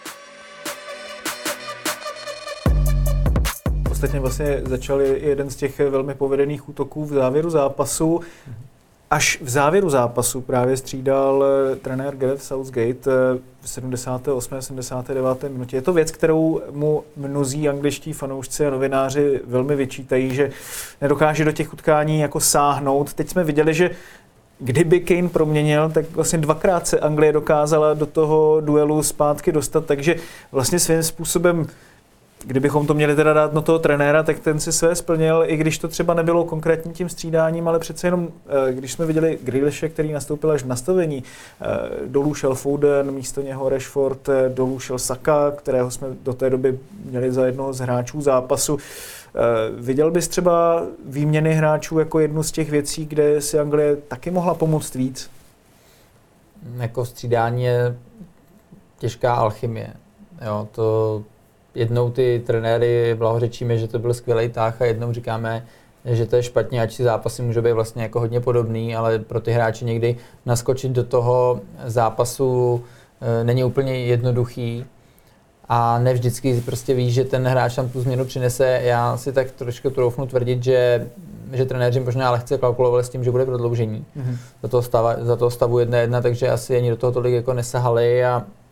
Ostatně vlastně začal jeden z těch velmi povedených útoků v závěru zápasu. Až v závěru zápasu právě střídal trenér Gareth Southgate v 78. a 79. minutě. Je to věc, kterou mu mnozí angličtí fanoušci a novináři velmi vyčítají, že nedokáže do těch utkání jako sáhnout. Teď jsme viděli, že kdyby Kane proměnil, tak vlastně dvakrát se Anglie dokázala do toho duelu zpátky dostat, takže vlastně svým způsobem, kdybychom to měli teda dát na toho trenéra, tak ten si své splnil, i když to třeba nebylo konkrétně tím střídáním, ale přece jenom, když jsme viděli Grealishe, který nastoupil až v nastavení, dolů šel Foden, místo něho Rashford, dolů šel Saka, kterého jsme do té doby měli za jednoho z hráčů zápasu. Viděl bys třeba výměny hráčů jako jednu z těch věcí, kde si Anglie taky mohla pomoct víc? Jako střídání je těžká alchymie. Jo, to jednou ty trenéry blahořečíme, že to byl skvělý tah a jednou říkáme, že to je špatně, ač si zápasy může být vlastně jako hodně podobný, ale pro ty hráče někdy naskočit do toho zápasu není úplně jednoduchý a ne vždycky prostě víš, že ten hráč tam tu změnu přinese. Já si tak trošku troufnu tvrdit, že trenéři možná lehce kalkulovali s tím, že bude prodloužení za toho stavu 1-1, takže asi ani do toho tolik jako nesahali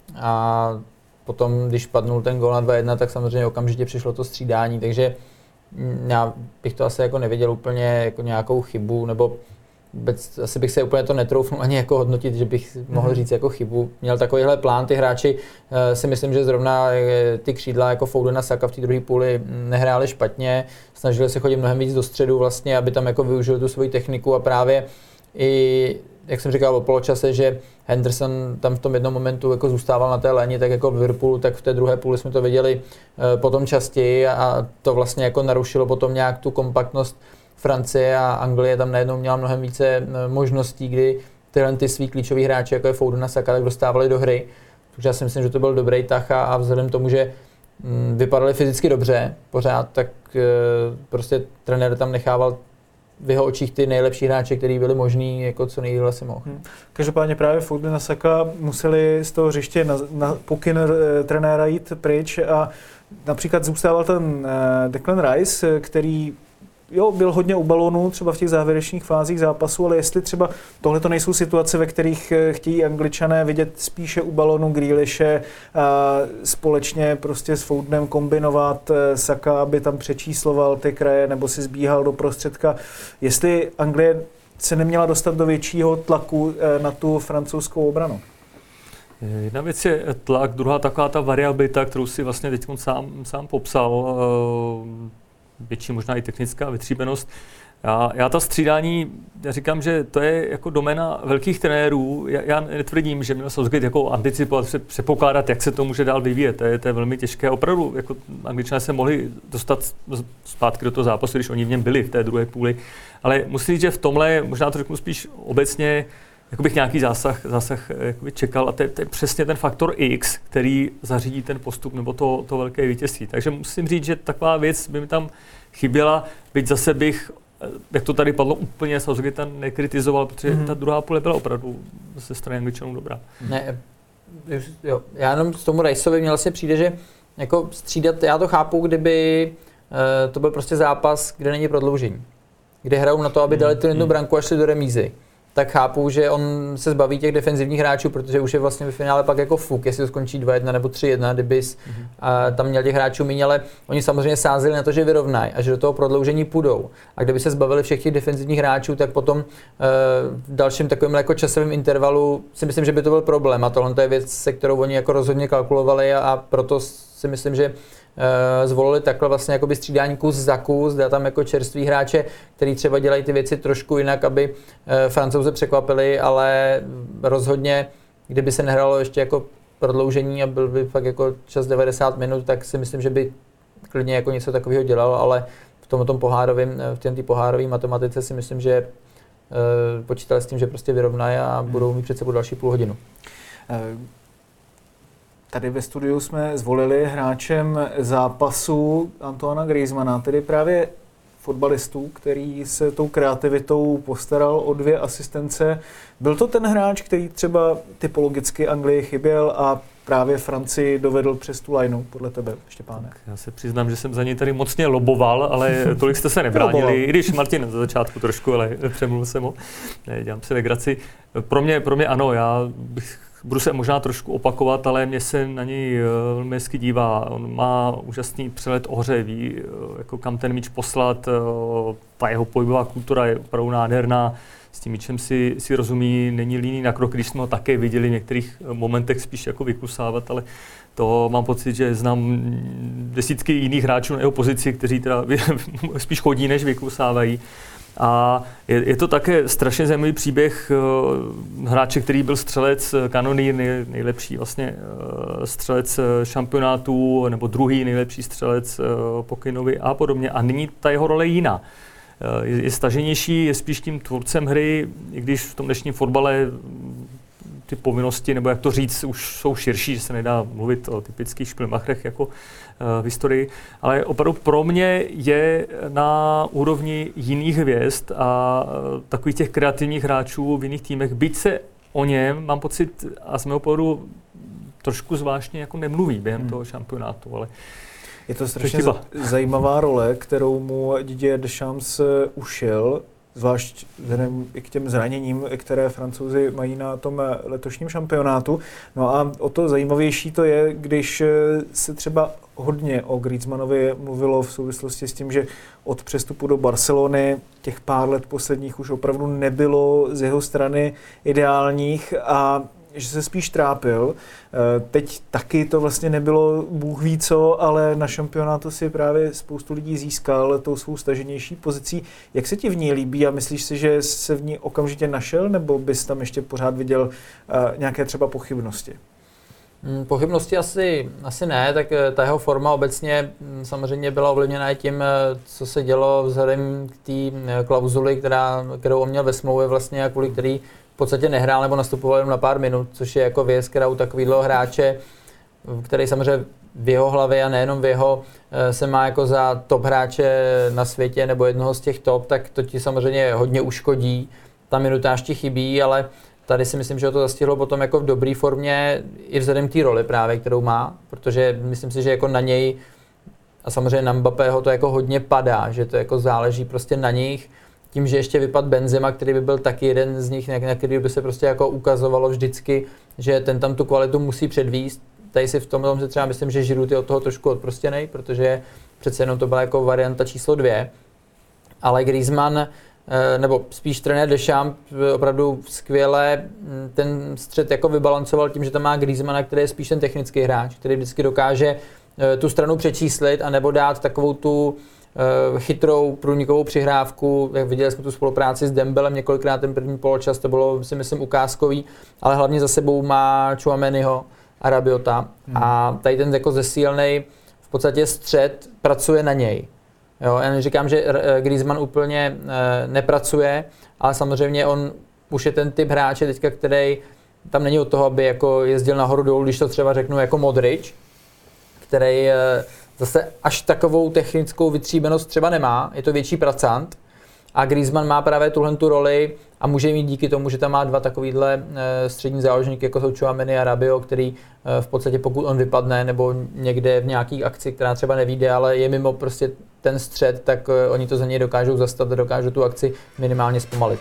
a potom, když padnul ten gól na 2-1, tak samozřejmě okamžitě přišlo to střídání, takže já bych to asi jako neviděl úplně jako nějakou chybu, nebo asi bych se úplně to netroufnul ani jako hodnotit, že bych mohl říct jako chybu. Měl takovýhle plán, ty hráči si myslím, že zrovna ty křídla jako Foden a Saka v té druhé půli nehráli špatně, snažili se chodit mnohem víc do středu vlastně, aby tam jako využili tu svoji techniku a právě i, jak jsem říkal o poločase, že Henderson tam v tom jednom momentu jako zůstával na té léni, tak jako v Liverpoolu, tak v té druhé půli jsme to viděli potom častěji a to vlastně jako narušilo potom nějak tu kompaktnost Francie a Anglie tam najednou měla mnohem více možností, kdy tyhle ty svý klíčový hráči, jako je Foden a Saka, tak dostávali do hry. Takže já si myslím, že to byl dobrý tah a vzhledem tomu, že vypadali fyzicky dobře pořád, tak prostě trenér tam nechával v jeho očích ty nejlepší hráče, který byli možný, jako co nejdýle si mohl. Každopádně právě Foden a Saka museli z toho hřiště na pokyn trenéra jít pryč a například zůstával ten Declan Rice, který byl hodně u balónu, třeba v těch závěrečných fázích zápasu, ale jestli třeba tohle to nejsou situace, ve kterých chtějí Angličané vidět spíše u balónu Grealishe společně prostě s Fodenem kombinovat Saka, aby tam přečísloval ty kraje nebo si zbíhal do prostředka. Jestli Anglie se neměla dostat do většího tlaku na tu francouzskou obranu? Jedna věc je tlak, druhá taková ta variabilita, kterou si vlastně teď sám popsal, větší možná i technická vytříbenost. Já ta střídání, já říkám, že to je jako doména velkých trenérů. Já netvrdím, že měl Southgate jako anticipovat, předpokládat, jak se to může dál vyvíjet. To je velmi těžké. Opravdu jako Angličané se mohli dostat zpátky do toho zápasu, když oni v něm byli v té druhé půli. Ale musím říct, že v tomhle, možná to řeknu spíš obecně, jako bych nějaký zásah čekal, a to je přesně ten faktor X, který zařídí ten postup nebo to velké vítězství. Takže musím říct, že taková věc by mi tam chyběla, byť zase bych, jak to tady padlo, úplně Southgate nekritizoval, protože ta druhá půle byla opravdu ze strany Angličanů dobrá. Ne, jo, já jenom z tomu Riceovi mě vlastně přijde, že jako střídat, já to chápu, kdyby to byl prostě zápas, kde není prodloužení, kde hrajou na to, aby dali tu jednu branku až šli do remízy. Tak chápu, že on se zbaví těch defenzivních hráčů, protože už je vlastně ve finále pak jako fuk, jestli to skončí 2-1 nebo 3-1, kdyby tam měl těch hráčů méně, ale oni samozřejmě sázeli na to, že vyrovnají a že do toho prodloužení půjdou. A kdyby se zbavili všech těch defenzivních hráčů, tak potom v dalším takovém jako časovém intervalu si myslím, že by to byl problém. A tohle je věc, se kterou oni jako rozhodně kalkulovali a proto si myslím, že zvolili takhle vlastně jakoby střídání kus za kus, dá tam jako čerství hráče, který třeba dělají ty věci trošku jinak, aby Francouze překvapili, ale rozhodně, kdyby se nehrálo ještě jako prodloužení a byl by fakt jako čas 90 minut, tak si myslím, že by klidně jako něco takového dělal, ale v tom pohárovém matematice si myslím, že počítali s tím, že prostě vyrovnají a budou mít před sebou další půl hodinu. Tady ve studiu jsme zvolili hráčem zápasu Antoana Griezmana, tedy právě fotbalistu, který se tou kreativitou postaral o 2 asistence. Byl to ten hráč, který třeba typologicky Anglii chyběl a právě Francii dovedl přes tu lineu, podle tebe, Štěpáne? Tak já se přiznám, že jsem za něj tady mocně loboval, ale tolik jste se nebránili, i když Martin za začátku trošku, ale přemluvil jsem ho. Ne, dělám si legraci. Pro mě ano, budu se možná trošku opakovat, ale mě se na něj velmi hezky dívá. On má úžasný přelet o hře, ví, jako kam ten míč poslat, ta jeho pohybová kultura je opravdu nádherná, s tím míčem si rozumí, není líný na krok, když jsme ho také viděli v některých momentech spíš jako vykusávat, ale to mám pocit, že znám desítky jiných hráčů na jeho pozici, kteří teda spíš chodí, než vykusávají. A je to také strašně zajímavý příběh hráče, který byl střelec kanonýr, nejlepší vlastně střelec šampionátu, nebo druhý nejlepší střelec pokynovi a podobně. A nyní ta jeho role je jiná. Je staženější, je spíš tím tvůrcem hry, i když v tom dnešním fotbale ty povinnosti, nebo jak to říct, už jsou širší, že se nedá mluvit o typických špilmachrech jako v historii, ale opravdu pro mě je na úrovni jiných hvězd a takových těch kreativních hráčů v jiných týmech, byť se o něm, mám pocit, a z mého pohledu trošku zvláštně jako nemluví během toho šampionátu, ale je to strašně zajímavá role, kterou mu Didier Deschamps ušil, zvlášť vzhledem i k těm zraněním, které Francouzi mají na tom letošním šampionátu. No a o to zajímavější to je, když se třeba hodně o Griezmannovi mluvilo v souvislosti s tím, že od přestupu do Barcelony těch pár let posledních už opravdu nebylo z jeho strany ideálních a že se spíš trápil. Teď taky to vlastně nebylo bůh ví co, ale na šampionátu si právě spoustu lidí získal tou svou staženější pozicí. Jak se ti v ní líbí a myslíš si, že se v ní okamžitě našel, nebo bys tam ještě pořád viděl nějaké třeba pochybnosti? Pochybnosti asi ne, tak ta jeho forma obecně samozřejmě byla ovlivněna i tím, co se dělo vzhledem k té klauzuli, kterou on měl ve smlouvě vlastně a kvůli který v podstatě nehrál nebo nastupoval jenom na pár minut, což je jako věc, která u takového hráče, který samozřejmě v jeho hlavě a nejenom v jeho, se má jako za top hráče na světě nebo jednoho z těch top, tak to ti samozřejmě hodně uškodí. Ta minutáž ti chybí, ale tady si myslím, že ho to zastihlo potom jako v dobré formě i vzhledem k té roli právě, kterou má, protože myslím si, že jako na něj a samozřejmě na Mbappého to jako hodně padá, že to jako záleží prostě na nich. Tím, že ještě vypadl Benzema, který by byl taky jeden z nich, na který by se prostě jako ukazovalo vždycky, že ten tam tu kvalitu musí předvést. Tady si v tom se třeba myslím, že Giroud je od toho trošku odprostěnej, protože přece jenom to byla jako varianta číslo 2. Ale Griezmann, nebo spíš trenér Deschamps, opravdu skvěle ten střed jako vybalancoval tím, že tam má Griezmana, který je spíš ten technický hráč, který vždycky dokáže tu stranu přečíslit a nebo dát takovou tu chytrou průnikovou přihrávku, jak viděli jsme tu spolupráci s Dembelem několikrát ten první poločas, to bylo si myslím ukázkový, ale hlavně za sebou má Tchouaméniho a Rabiota a tady ten jako zesílený v podstatě střed pracuje na něj. Jo, já neříkám, že Griezmann úplně nepracuje, ale samozřejmě on už je ten typ hráče teďka, který tam není od toho, aby jako jezdil nahoru dolů, když to třeba řeknu jako Modric, který zase až takovou technickou vytříbenost třeba nemá, je to větší pracant a Griezmann má právě tu roli a může mít díky tomu, že tam má dva takovýhle střední záložníky, jako jsou Tchouaméni a Rabiot, který v podstatě pokud on vypadne nebo někde v nějaký akci, která třeba nevyjde, ale je mimo prostě ten střed, tak oni to za něj dokážou zastat a dokážou tu akci minimálně zpomalit.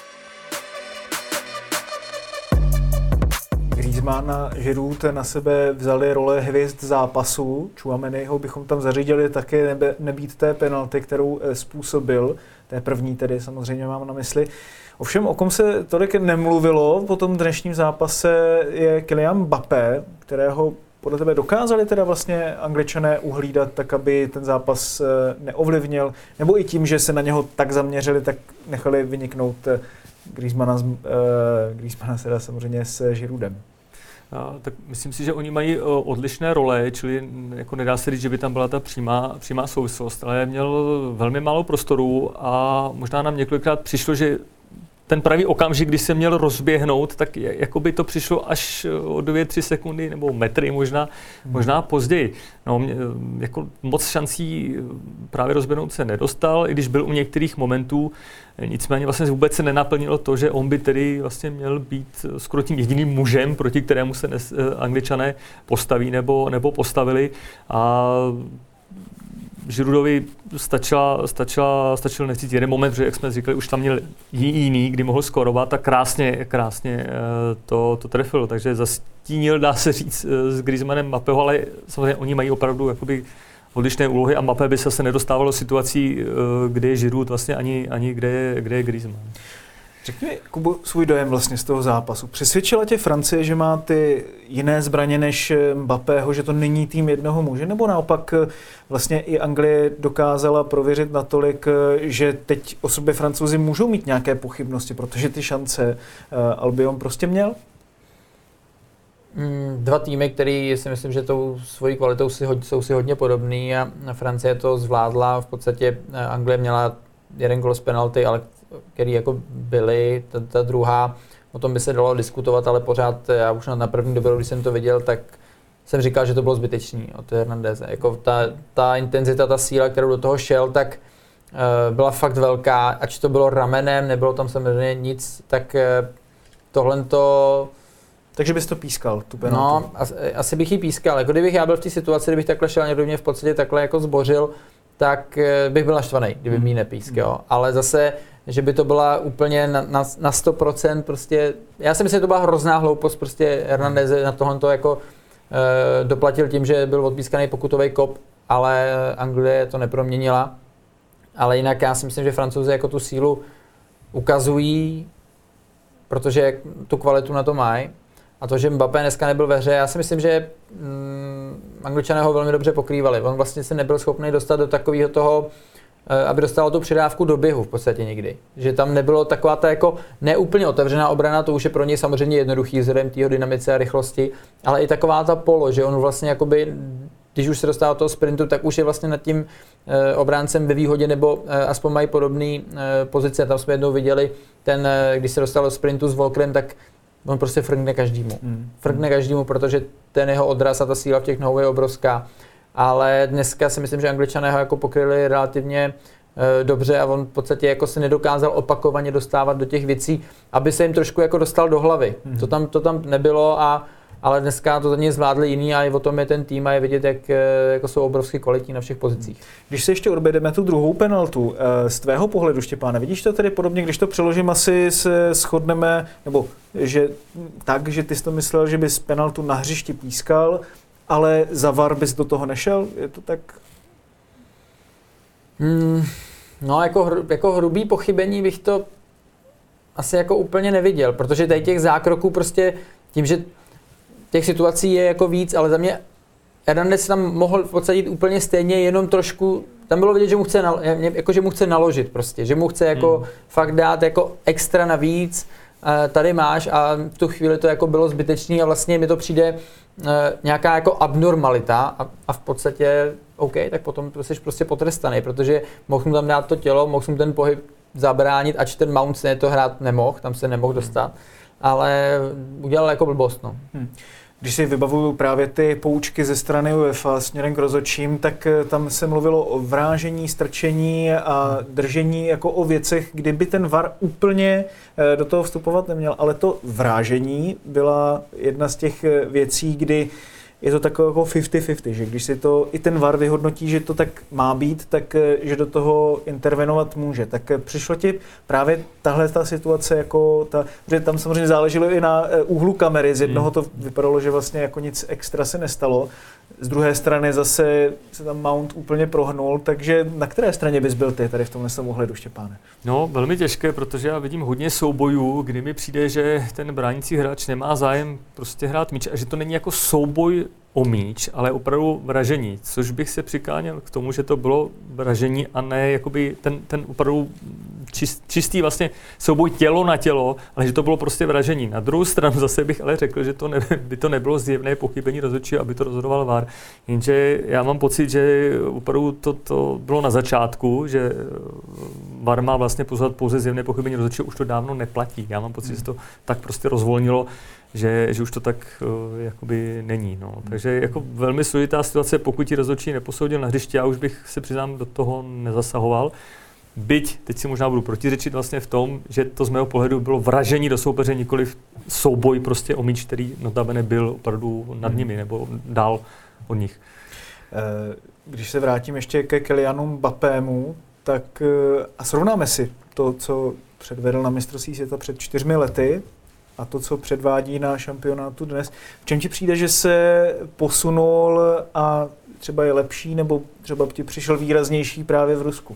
Griezmann a Giroud na sebe vzali role hvězd zápasu. Tchouaméniho bychom tam zařídili taky nebýt té penalty, kterou způsobil. Té první tedy samozřejmě mám na mysli. Ovšem, o kom se tolik nemluvilo po tom dnešním zápase je Kylian Mbappé, kterého podle tebe dokázali teda vlastně Angličané uhlídat tak, aby ten zápas neovlivnil, nebo i tím, že se na něho tak zaměřili, tak nechali vyniknout Griezmana teda samozřejmě s Giroudem. Tak myslím si, že oni mají odlišné role, čili jako nedá se říct, že by tam byla ta přímá souvislost, ale měl velmi málo prostoru a možná nám několikrát přišlo, že ten pravý okamžik, kdy se měl rozběhnout, tak jako by to přišlo až o 2-3 sekundy nebo metry možná později. No, jako moc šancí právě rozběhnout se nedostal, i když byl u některých momentů. Nicméně vlastně vůbec se nenaplnilo to, že on by tedy vlastně měl být skoro tím jediným mužem, proti kterému se Angličané postaví nebo postavili. A Giroudovi stačil necít jeden moment, protože jak jsme říkali, už tam měl jiný, kdy mohl skorovat a krásně to trefil. Takže zastínil, dá se říct, s Griezmannem Mbappého, ale samozřejmě oni mají opravdu jakoby odlišné úlohy a Mbappé by se zase nedostávalo do situací, kde je Giroud vlastně ani kde je Griezmann. Řekni mi, Kubo, svůj dojem vlastně z toho zápasu. Přesvědčila tě Francie, že má ty jiné zbraně než Mbappého, že to není tým jednoho muže, nebo naopak vlastně i Anglie dokázala prověřit natolik, že teď o sobě Francouzi můžou mít nějaké pochybnosti, protože ty šance Albion prostě měl? Dva týmy, který si myslím, že tou svojí kvalitou jsou si hodně podobný a Francie to zvládla. V podstatě Anglie měla jeden gól z penalty, ale který jako byly, ta druhá, o tom by se dalo diskutovat, ale pořád já už na první dobrou, když jsem to viděl, tak jsem říkal, že to bylo zbytečný od Hernandeze. Jako ta intenzita, ta síla, kterou do toho šel, tak byla fakt velká, ač to bylo ramenem, nebylo tam samozřejmě nic, tak tohle to... Takže bys to pískal, tu penaltu? No, asi bych ji pískal. Jako kdybych já byl v té situaci, kdybych takhle šel, někdo mě v podstatě takhle jako zbořil, tak bych byl naštvaný, kdyby mi nepísk, jo. Ale zase, že by to byla úplně na 100% prostě, já si myslím, že to byla hrozná hloupost, prostě Hernandez na tohle to jako doplatil tím, že byl odpískaný pokutový kop, ale Anglie to neproměnila. Ale jinak já si myslím, že Francouzi jako tu sílu ukazují, protože tu kvalitu na to mají. A to, že Mbappé dneska nebyl ve hře, já si myslím, že Angličané ho velmi dobře pokrývali. On vlastně se nebyl schopný dostat do takového toho, aby dostal tu přidávku do běhu v podstatě nikdy. Že tam nebylo taková ta jako neúplně otevřená obrana, to už je pro něj samozřejmě jednoduchý vzhledem té dynamice a rychlosti, ale i taková ta polo, že on vlastně jakoby, když už se dostává do toho sprintu, tak už je vlastně nad tím obráncem ve výhodě, nebo aspoň mají podobné pozice. Tam jsme jednou viděli, když se dostal do sprintu s Walkerem, tak on prostě frkne každému. Frkne každému, protože ten jeho odraz a ta síla v těch nohou je obrovská. Ale dneska si myslím, že Angličané ho jako pokryli relativně dobře a on v podstatě jako se nedokázal opakovaně dostávat do těch věcí, aby se jim trošku jako dostal do hlavy. To tam nebylo, ale dneska to za něj zvládli jiný a i o tom je ten tým a je vidět, jak jako jsou obrovsky kvalitní na všech pozicích. Když se ještě odbědeme tu druhou penaltu, z tvého pohledu, Štěpáne, vidíš to tedy podobně, když to přeložím, asi se shodneme, nebo že tak, že ty jsi to myslel, že bys penaltu na hřišti pískal, ale za VAR bys do toho nešel? Je to tak? No, jako hrubý pochybení bych to asi jako úplně neviděl, protože tady těch zákroků prostě tím, že těch situací je jako víc, ale za mě Hernandez tam mohl v podstatě úplně stejně, jenom trošku tam bylo vidět, že mu chce, že mu chce naložit prostě, že mu chce jako fakt dát jako extra navíc, tady máš a v tu chvíli to jako bylo zbytečný a vlastně mi to přijde nějaká jako abnormalita a v podstatě OK, tak potom jsi prostě potrestaný, protože mohl mu tam dát to tělo, mohl mu ten pohyb zabránit, ač ten Mount se to hrát nemohl, tam se nemohl dostat, ale udělal jako blbost, no. Když si vybavuju právě ty poučky ze strany UEFA směrem k rozhodčím, tak tam se mluvilo o vrážení, strčení a držení jako o věcech, kdyby ten VAR úplně do toho vstupovat neměl. Ale to vrážení byla jedna z těch věcí, kdy je to takové jako 50-50, že když si to i ten VAR vyhodnotí, že to tak má být, tak že do toho intervenovat může. Tak přišlo ti právě tahle ta situace, jako že tam samozřejmě záleželo i na úhlu kamery, z jednoho to vypadalo, že vlastně jako nic extra se nestalo, z druhé strany zase se tam Mount úplně prohnul, takže na které straně bys byl ty tady v tomhle ohledu, Štěpáne? No, velmi těžké, protože já vidím hodně soubojů, kdy mi přijde, že ten bránící hráč nemá zájem prostě hrát míč a že to není jako souboj o míč, ale opravdu vražení, což bych se přikláněl k tomu, že to bylo vražení a ne jakoby ten opravdu čistý vlastně souboj tělo na tělo, ale že to bylo prostě vražení. Na druhou stranu zase bych ale řekl, že by to nebylo zjevné pochybení rozhodčího, aby to rozhodoval VAR. Jenže já mám pocit, že opravdu to bylo na začátku, že VAR má vlastně pozvat pouze zjevné pochybení rozhodčího, už to dávno neplatí. Já mám pocit, že se to tak prostě rozvolnilo, že už to tak jakoby není. No. Takže jako velmi složitá situace, pokud ti rozhodčí neposoudil na hřiště, já už bych se přiznám do toho nezasahoval. Byť, teď si možná budu protiřečit vlastně v tom, že to z mého pohledu bylo vražení do soupeře, nikoliv souboj prostě o míč, který notabene byl opravdu nad nimi nebo dál od nich. Když se vrátím ještě ke Kylianu Mbappému, tak a srovnáme si to, co předvedl na mistrovství světa před 4 lety a to, co předvádí na šampionátu dnes. V čem ti přijde, že se posunul a třeba je lepší, nebo třeba ti přišel výraznější právě v Rusku?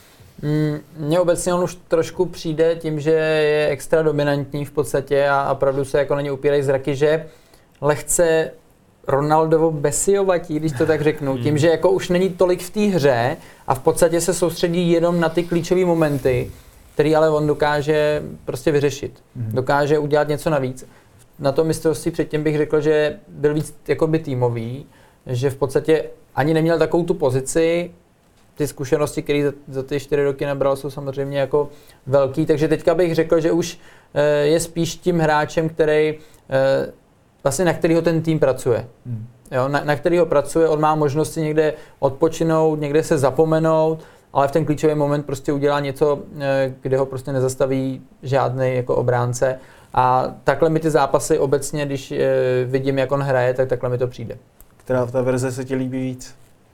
Mně obecně on už trošku přijde tím, že je extra dominantní v podstatě a opravdu se jako na ně upírají zraky, že lehce Ronaldovo besijovatí, když to tak řeknu, tím, že jako už není tolik v té hře a v podstatě se soustředí jenom na ty klíčové momenty, který ale on dokáže prostě vyřešit. Dokáže udělat něco navíc. Na tom mistrovství předtím bych řekl, že byl víc jakoby týmový, že v podstatě ani neměl takovou tu pozici. Ty zkušenosti, které za ty 4 roky nabral, jsou samozřejmě jako velký, takže teďka bych řekl, že už je spíš tím hráčem, který vlastně na kterýho ten tým pracuje. Jo, na kterýho pracuje, on má možnost si někde odpočinout, někde se zapomenout, ale v ten klíčový moment prostě udělá něco, kde ho prostě nezastaví žádný jako obránce. A takhle mi ty zápasy obecně, když vidím, jak on hraje, tak takhle mi to přijde. Která ta verze se ti líbí víc?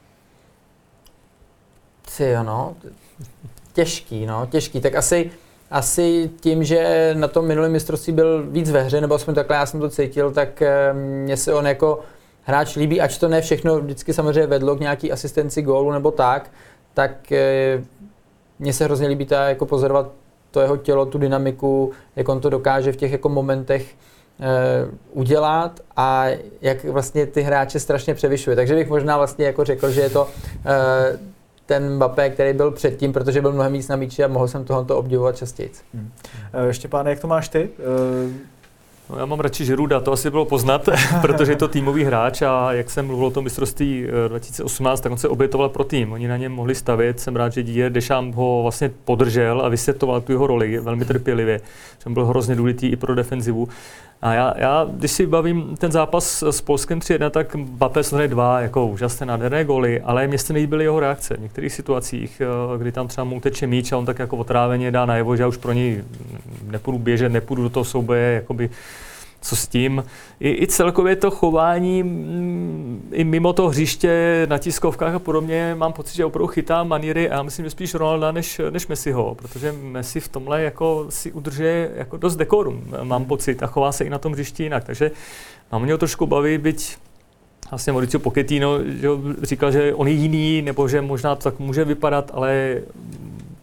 Těžký. Tak asi tím, že na tom minulém mistrovství byl víc ve hře, nebo aspoň takhle já jsem to cítil, tak mně se on jako hráč líbí, ač to ne všechno vždycky samozřejmě vedlo k nějaký asistenci gólu nebo tak mně se hrozně líbí jako pozorovat to jeho tělo, tu dynamiku, jak on to dokáže v těch jako momentech udělat a jak vlastně ty hráče strašně převyšuje. Takže bych možná vlastně jako řekl, že je to ten Mbappé, který byl předtím, protože byl mnohem víc na míči a mohl jsem tohoto obdivovat častěji. Štěpáne, jak to máš ty? No, já mám radši Girouda, to asi bylo poznat, protože je to týmový hráč a jak jsem mluvil o tom mistrovství 2018, tak on se obětoval pro tým. Oni na něm mohli stavět, jsem rád, že Didier Deschamps ho vlastně podržel a vysvětoval tu jeho roli velmi trpělivě. Jsem byl hrozně důležitý i pro defenzivu. A já, když si bavím ten zápas s Polskem 3-1, tak Mbappé samozřejmě 2 jako úžasné nádherné góly, ale mně se nelíbily jeho reakce. V některých situacích, kdy tam třeba mu uteče míč a on tak jako otráveně dá najevo, že já už pro něj nepůjdu běžet, nepůjdu do toho souboje, jakoby co s tím. I celkově to chování i mimo to hřiště na tiskovkách a podobně mám pocit, že opravdu chytá maníry a já myslím, že spíš Ronalda než Messiho, protože Messi v tomhle jako si udržuje jako dost dekorum, mám pocit, a chová se i na tom hřišti jinak, takže mám mě trošku bavit, byť vlastně Mauricio Pochettino že říkal, že on je jiný, nebo že možná to tak může vypadat, ale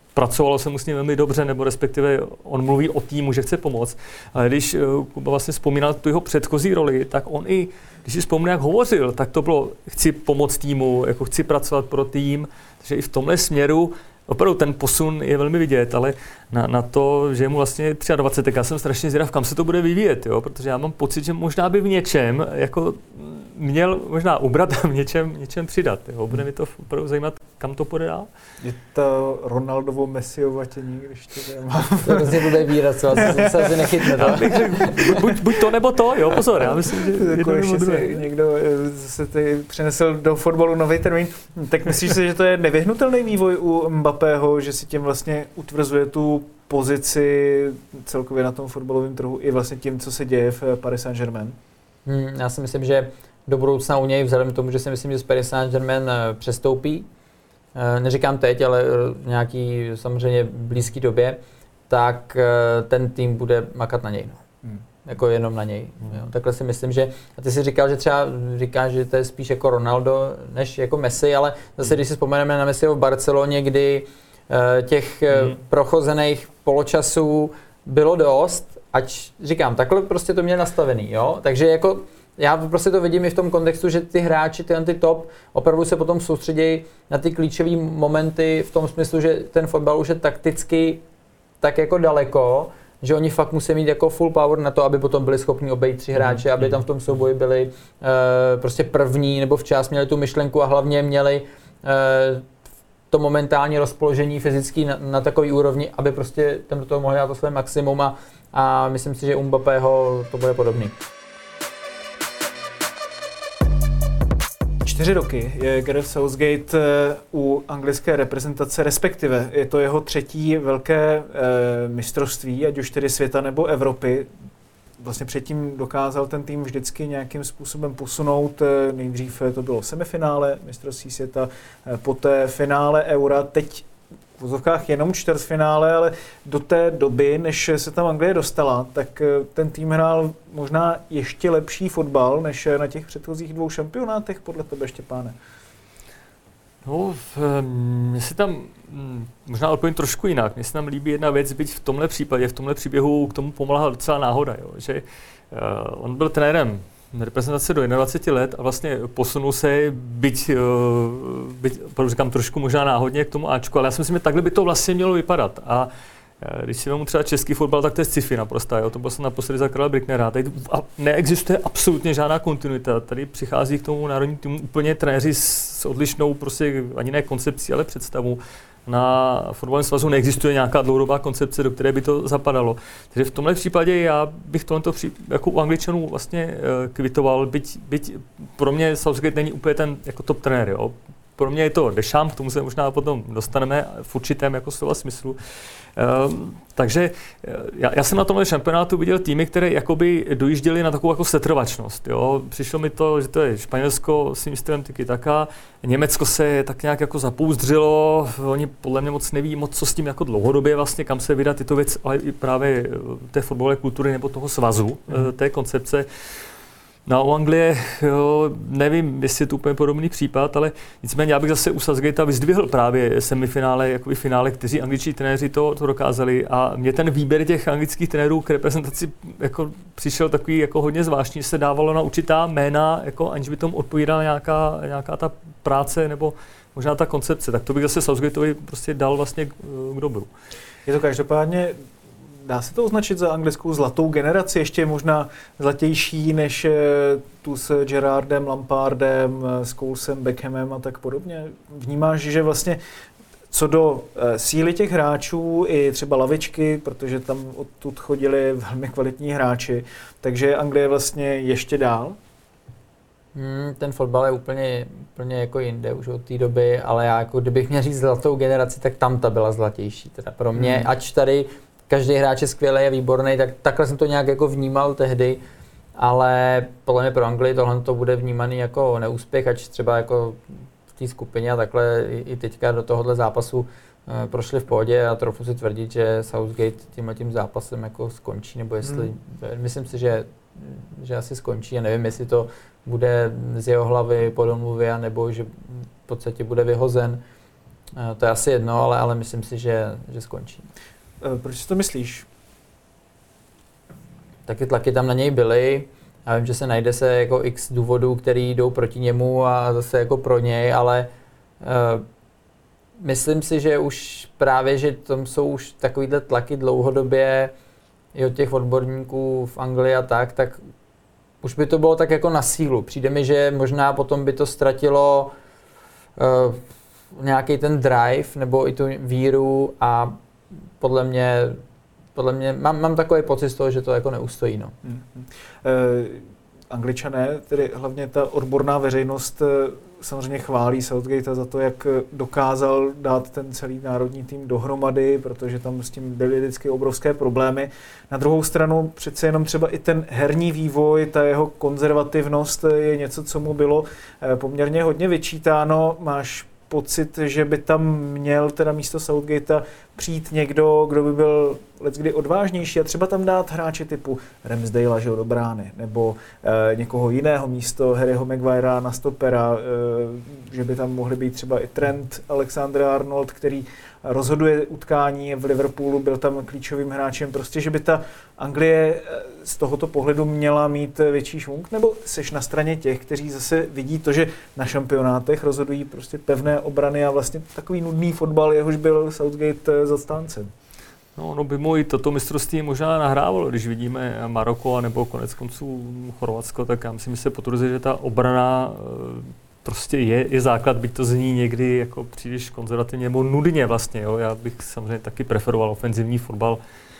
pracovalo se mu s ním velmi dobře, nebo respektive on mluví o týmu, že chce pomoct. Ale když Kuba vlastně vzpomínal tu jeho předchozí roli, tak on i, když si vzpomínal, jak hovořil, tak to bylo, chci pomoct týmu, jako chci pracovat pro tým, takže i v tomhle směru opravdu ten posun je velmi vidět, ale na to, že je mu vlastně 23, tak já jsem strašně zvědav, kam se to bude vyvíjet, jo? Protože já mám pocit, že možná by v něčem jako měl možná ubrat a v něčem přidat. Jo? Bude mi to opravdu zajímat, kam to půjde dál. Je to Ronaldovo Messiovatění, když to nemá. To hrozně bude výraz, co se asi nechytne. Buď to, nebo to, jo, pozor, já myslím, že jako ještě někdo zase přinesl do fotbalu nový termín. Tak myslíš si, že to je nevyhnutelný vývoj u Mbappého, že si tím vlastně utvrzuje tu pozici celkově na tom fotbalovém trhu i vlastně tím, co se děje v Paris Saint-Germain? Já si myslím, že do budoucna u něj, vzhledem k tomu, že si myslím, že z Paris Saint-Germain přestoupí, neříkám teď, ale v nějaký samozřejmě blízké době, tak ten tým bude makat na něj. Jako jenom na něj. Jo. Takhle si myslím, že a ty si říkal, že třeba říkáš, že to je spíš jako Ronaldo, než jako Messi, ale zase když si vzpomeneme na Messiho v Barceloně, kdy těch prochozených poločasů bylo dost, ať říkám, takhle prostě to měl nastavený, jo? Takže jako já prostě to vidím i v tom kontextu, že ty hráči, ty top, opravdu se potom soustředí na ty klíčové momenty v tom smyslu, že ten fotbal už je takticky tak jako daleko, že oni fakt musí mít jako full power na to, aby potom byli schopni obejít 3 hráče, aby tam v tom souboji byli prostě první nebo včas měli tu myšlenku a hlavně měli to momentální rozpoložení fyzický na takový úrovni, aby prostě tam do toho mohli dát to své maximum a myslím si, že u Mbappého to bude podobný. 4 roky je Gareth Southgate u anglické reprezentace, respektive je to jeho 3. velké mistrovství, ať už tedy světa nebo Evropy. Vlastně předtím dokázal ten tým vždycky nějakým způsobem posunout. Nejdřív to bylo semifinále mistrovství světa, poté finále Eura, teď v vozovkách jenom čtvrtfinále, ale do té doby, než se tam Anglie dostala, tak ten tým hrál možná ještě lepší fotbal, než na těch předchozích 2 šampionátech, podle tebe, Štěpáne. No, mně se tam možná odpovím trošku jinak. Mně se tam líbí jedna věc, byť v tomhle případě, v tomhle příběhu k tomu pomohla docela náhoda, jo, že on byl trenérem reprezentace do 21 let a vlastně posunul se, byť říkám trošku možná náhodně k tomu Ačku, ale já si myslím, že takhle by to vlastně mělo vypadat. A když si vezmu třeba český fotbal, tak to je sci-fi naprosto. Jo. To byl jsem naposledy za Karla Bricknera. Tady neexistuje absolutně žádná kontinuita. Tady přichází k tomu národní týmu úplně trenéři s odlišnou, prostě ani ne koncepcí, ale představu. Na fotbalovém svazu neexistuje nějaká dlouhodobá koncepce, do které by to zapadalo. Takže v tomhle případě já bych tohle jako u Angličanů vlastně kvitoval, byť pro mě Southgate není úplně ten jako top trenér. Jo. Pro mě je to Deschamps, k tomu se možná potom dostaneme v určitém jako slova smyslu. Takže já jsem na tomhle šampionátu viděl týmy, které jakoby dojížděly na takovou jako setrvačnost. Jo. Přišlo mi to, že to je Španělsko s tím stylem tiki-taka, Německo se tak nějak jako zapouzdřilo, oni podle mě moc neví moc, co s tím jako dlouhodobě vlastně, kam se vydat tyto věci, ale i právě té fotbalové kultury nebo toho svazu, té koncepce. No u Anglie, jo, nevím, jestli je to úplně podobný případ, ale nicméně já bych zase u Southgatea vyzdvihl právě semifinále, jakoby finále, kteří angličtí trenéři to dokázali a mě ten výběr těch anglických trenérů k reprezentaci jako přišel takový jako hodně zvláštní, že se dávalo na určitá jména, jako aniž by tomu odpovídala nějaká ta práce nebo možná ta koncepce, tak to bych zase Southgateovi prostě dal vlastně k dobru. Je to každopádně, dá se to označit za anglickou zlatou generaci, ještě možná zlatější než tu s Gerrardem, Lampardem, s Colesem, Beckhamem a tak podobně? Vnímáš, že vlastně co do síly těch hráčů i třeba lavičky, protože tam odtud chodili velmi kvalitní hráči, takže Anglie vlastně ještě dál? Ten fotbal je úplně jako jinde už od té doby, ale já jako kdybych měl říct zlatou generaci, tak tam ta byla zlatější. Teda pro mě, ač tady každý hráč je skvělý, je výborný, tak takhle jsem to nějak jako vnímal tehdy, ale podle mě pro Anglii tohle to bude vnímaný jako neúspěch, ač třeba jako v té skupině a takhle i teďka do tohohle zápasu prošli v pohodě a trochu si tvrdit, že Southgate tímhletím zápasem jako skončí, nebo jestli, myslím si, že asi skončí a nevím, jestli to bude z jeho hlavy po domluvě, nebo že v podstatě bude vyhozen. To je asi jedno, ale myslím si, že skončí. Proč si to myslíš? Taky tlaky tam na něj byly. Já vím, že se najde jako x důvodů, který jdou proti němu a zase jako pro něj, ale myslím si, že už právě, že tam jsou už takovýhle tlaky dlouhodobě i od těch odborníků v Anglii a tak už by to bylo tak jako na sílu. Přijde mi, že možná potom by to ztratilo nějaký ten drive nebo i tu víru a podle mě mám takový pocit z toho, že to jako neustojí. No. Angličané, tedy hlavně ta odborná veřejnost, samozřejmě chválí Southgate za to, jak dokázal dát ten celý národní tým dohromady, protože tam s tím byly vždycky obrovské problémy. Na druhou stranu přece jenom třeba i ten herní vývoj, ta jeho konzervativnost je něco, co mu bylo poměrně hodně vyčítáno. Máš pocit, že by tam měl teda místo Southgatea přijít někdo, kdo by byl leckdy odvážnější a třeba tam dát hráče typu Ramsdale, že do brány, nebo někoho jiného místo Harryho Maguirea na stopera, že by tam mohli být třeba i Trent Alexander-Arnold, který rozhoduje utkání v Liverpoolu, byl tam klíčovým hráčem, prostě, že by ta Anglie z tohoto pohledu měla mít větší švung, nebo seš na straně těch, kteří zase vidí to, že na šampionátech rozhodují prostě pevné obrany a vlastně takový nudný fotbal, jehož byl Southgate zastáncem. No by mu i toto mistrovství možná nahrávalo, když vidíme Maroko nebo konec konců Chorvatsko, tak já myslím, že se potvrzuje, že ta obrana prostě je základ, byť to zní někdy jako příliš konzervativně nebo nudně vlastně. Jo. Já bych samozřejmě taky preferoval ofenzivní fotbal,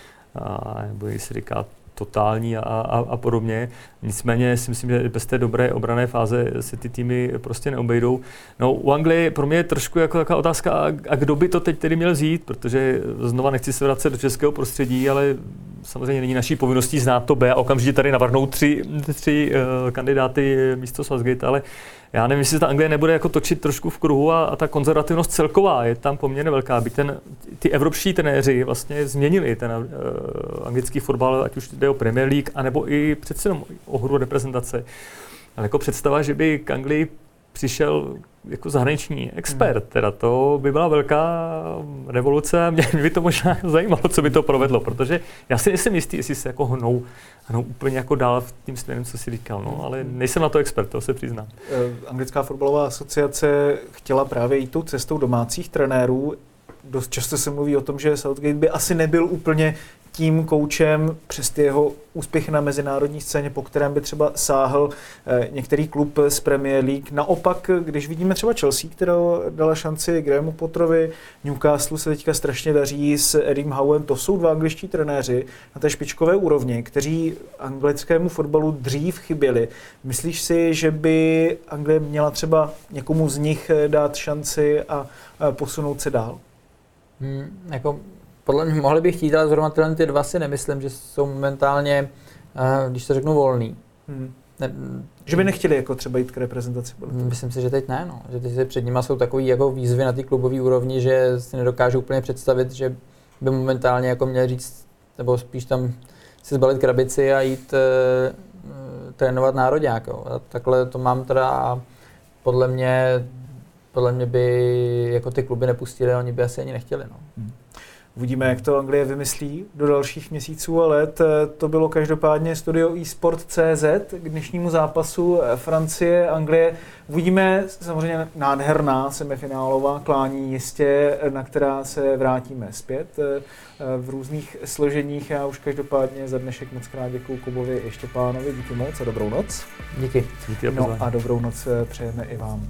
nebo když se říká totální a podobně. Nicméně si myslím, že bez té dobré obranné fáze se ty týmy prostě neobejdou. No u Anglie pro mě je trošku jako taková otázka, a kdo by to teď tedy měl vzít, protože znova nechci se vracet do českého prostředí, ale samozřejmě není naší povinností znát to B a okamžitě tady navrhnout tři kandidáty místo Southgate, ale já nevím, jestli ta Anglie nebude jako točit trošku v kruhu a ta konzervativnost celková je tam poměrně velká, aby ty evropští trenéři vlastně změnili ten anglický fotbal, ať už jde o Premier League, anebo i přece jenom o hru reprezentace. Ale jako představa, že by k Anglii přišel jako zahraniční expert, teda to by byla velká revoluce a mě by to možná zajímalo, co by to provedlo, protože já si nejsem jistý, jestli se jako hnou úplně jako dál v tím směrem, co si říkal, no, ale nejsem na to expert, to se přiznám. Anglická fotbalová asociace chtěla právě jít tou cestou domácích trenérů. Dost často se mluví o tom, že Southgate by asi nebyl úplně tím koučem přes ty jeho úspěchy na mezinárodní scéně, po kterém by třeba sáhl některý klub z Premier League. Naopak, když vidíme třeba Chelsea, která dala šanci Grahamu Potterovi, Newcastle se teďka strašně daří s Eddiem Howem, to jsou dva angličtí trenéři na té špičkové úrovni, kteří anglickému fotbalu dřív chyběli. Myslíš si, že by Anglie měla třeba někomu z nich dát šanci a posunout se dál? Podle mě mohli by chtít, ale zrovna ty dva si nemyslím, že jsou momentálně, když to řeknu, volný. Že by nechtěli jako třeba jít k reprezentaci? Myslím si, že teď ne, no. Že teď před nimi jsou takový jako výzvy na té klubové úrovni, že si nedokážu úplně představit, že by momentálně jako měli říct, nebo spíš tam si zbalit krabici a jít trénovat nároďák. A takhle to mám teda a podle mě by jako ty kluby nepustili, oni by asi ani nechtěli. No. Uvidíme, jak to Anglie vymyslí do dalších měsíců a let. To bylo každopádně Studio eSport.cz k dnešnímu zápasu Francie-Anglie. Uvidíme samozřejmě nádherná semifinálová klání jistě, na která se vrátíme zpět v různých složeních. Já už každopádně za dnešek moc krát děkuju Kubovi i Štěpánovi. Díky moc a dobrou noc. Díky. No a dobrou noc přejeme i vám.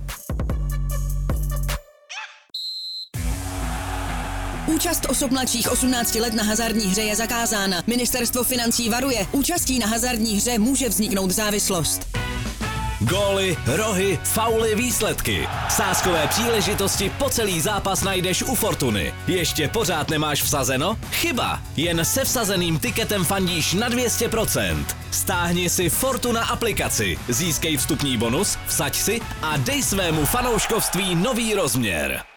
Účast osob mladších 18 let na hazardní hře je zakázána. Ministerstvo financí varuje, účastí na hazardní hře může vzniknout závislost. Góly, rohy, fauly, výsledky. Sázkové příležitosti po celý zápas najdeš u Fortuny. Ještě pořád nemáš vsazeno? Chyba! Jen se vsazeným tiketem fandíš na 200%. Stáhni si Fortuna aplikaci, získej vstupní bonus, vsaď si a dej svému fanouškovství nový rozměr.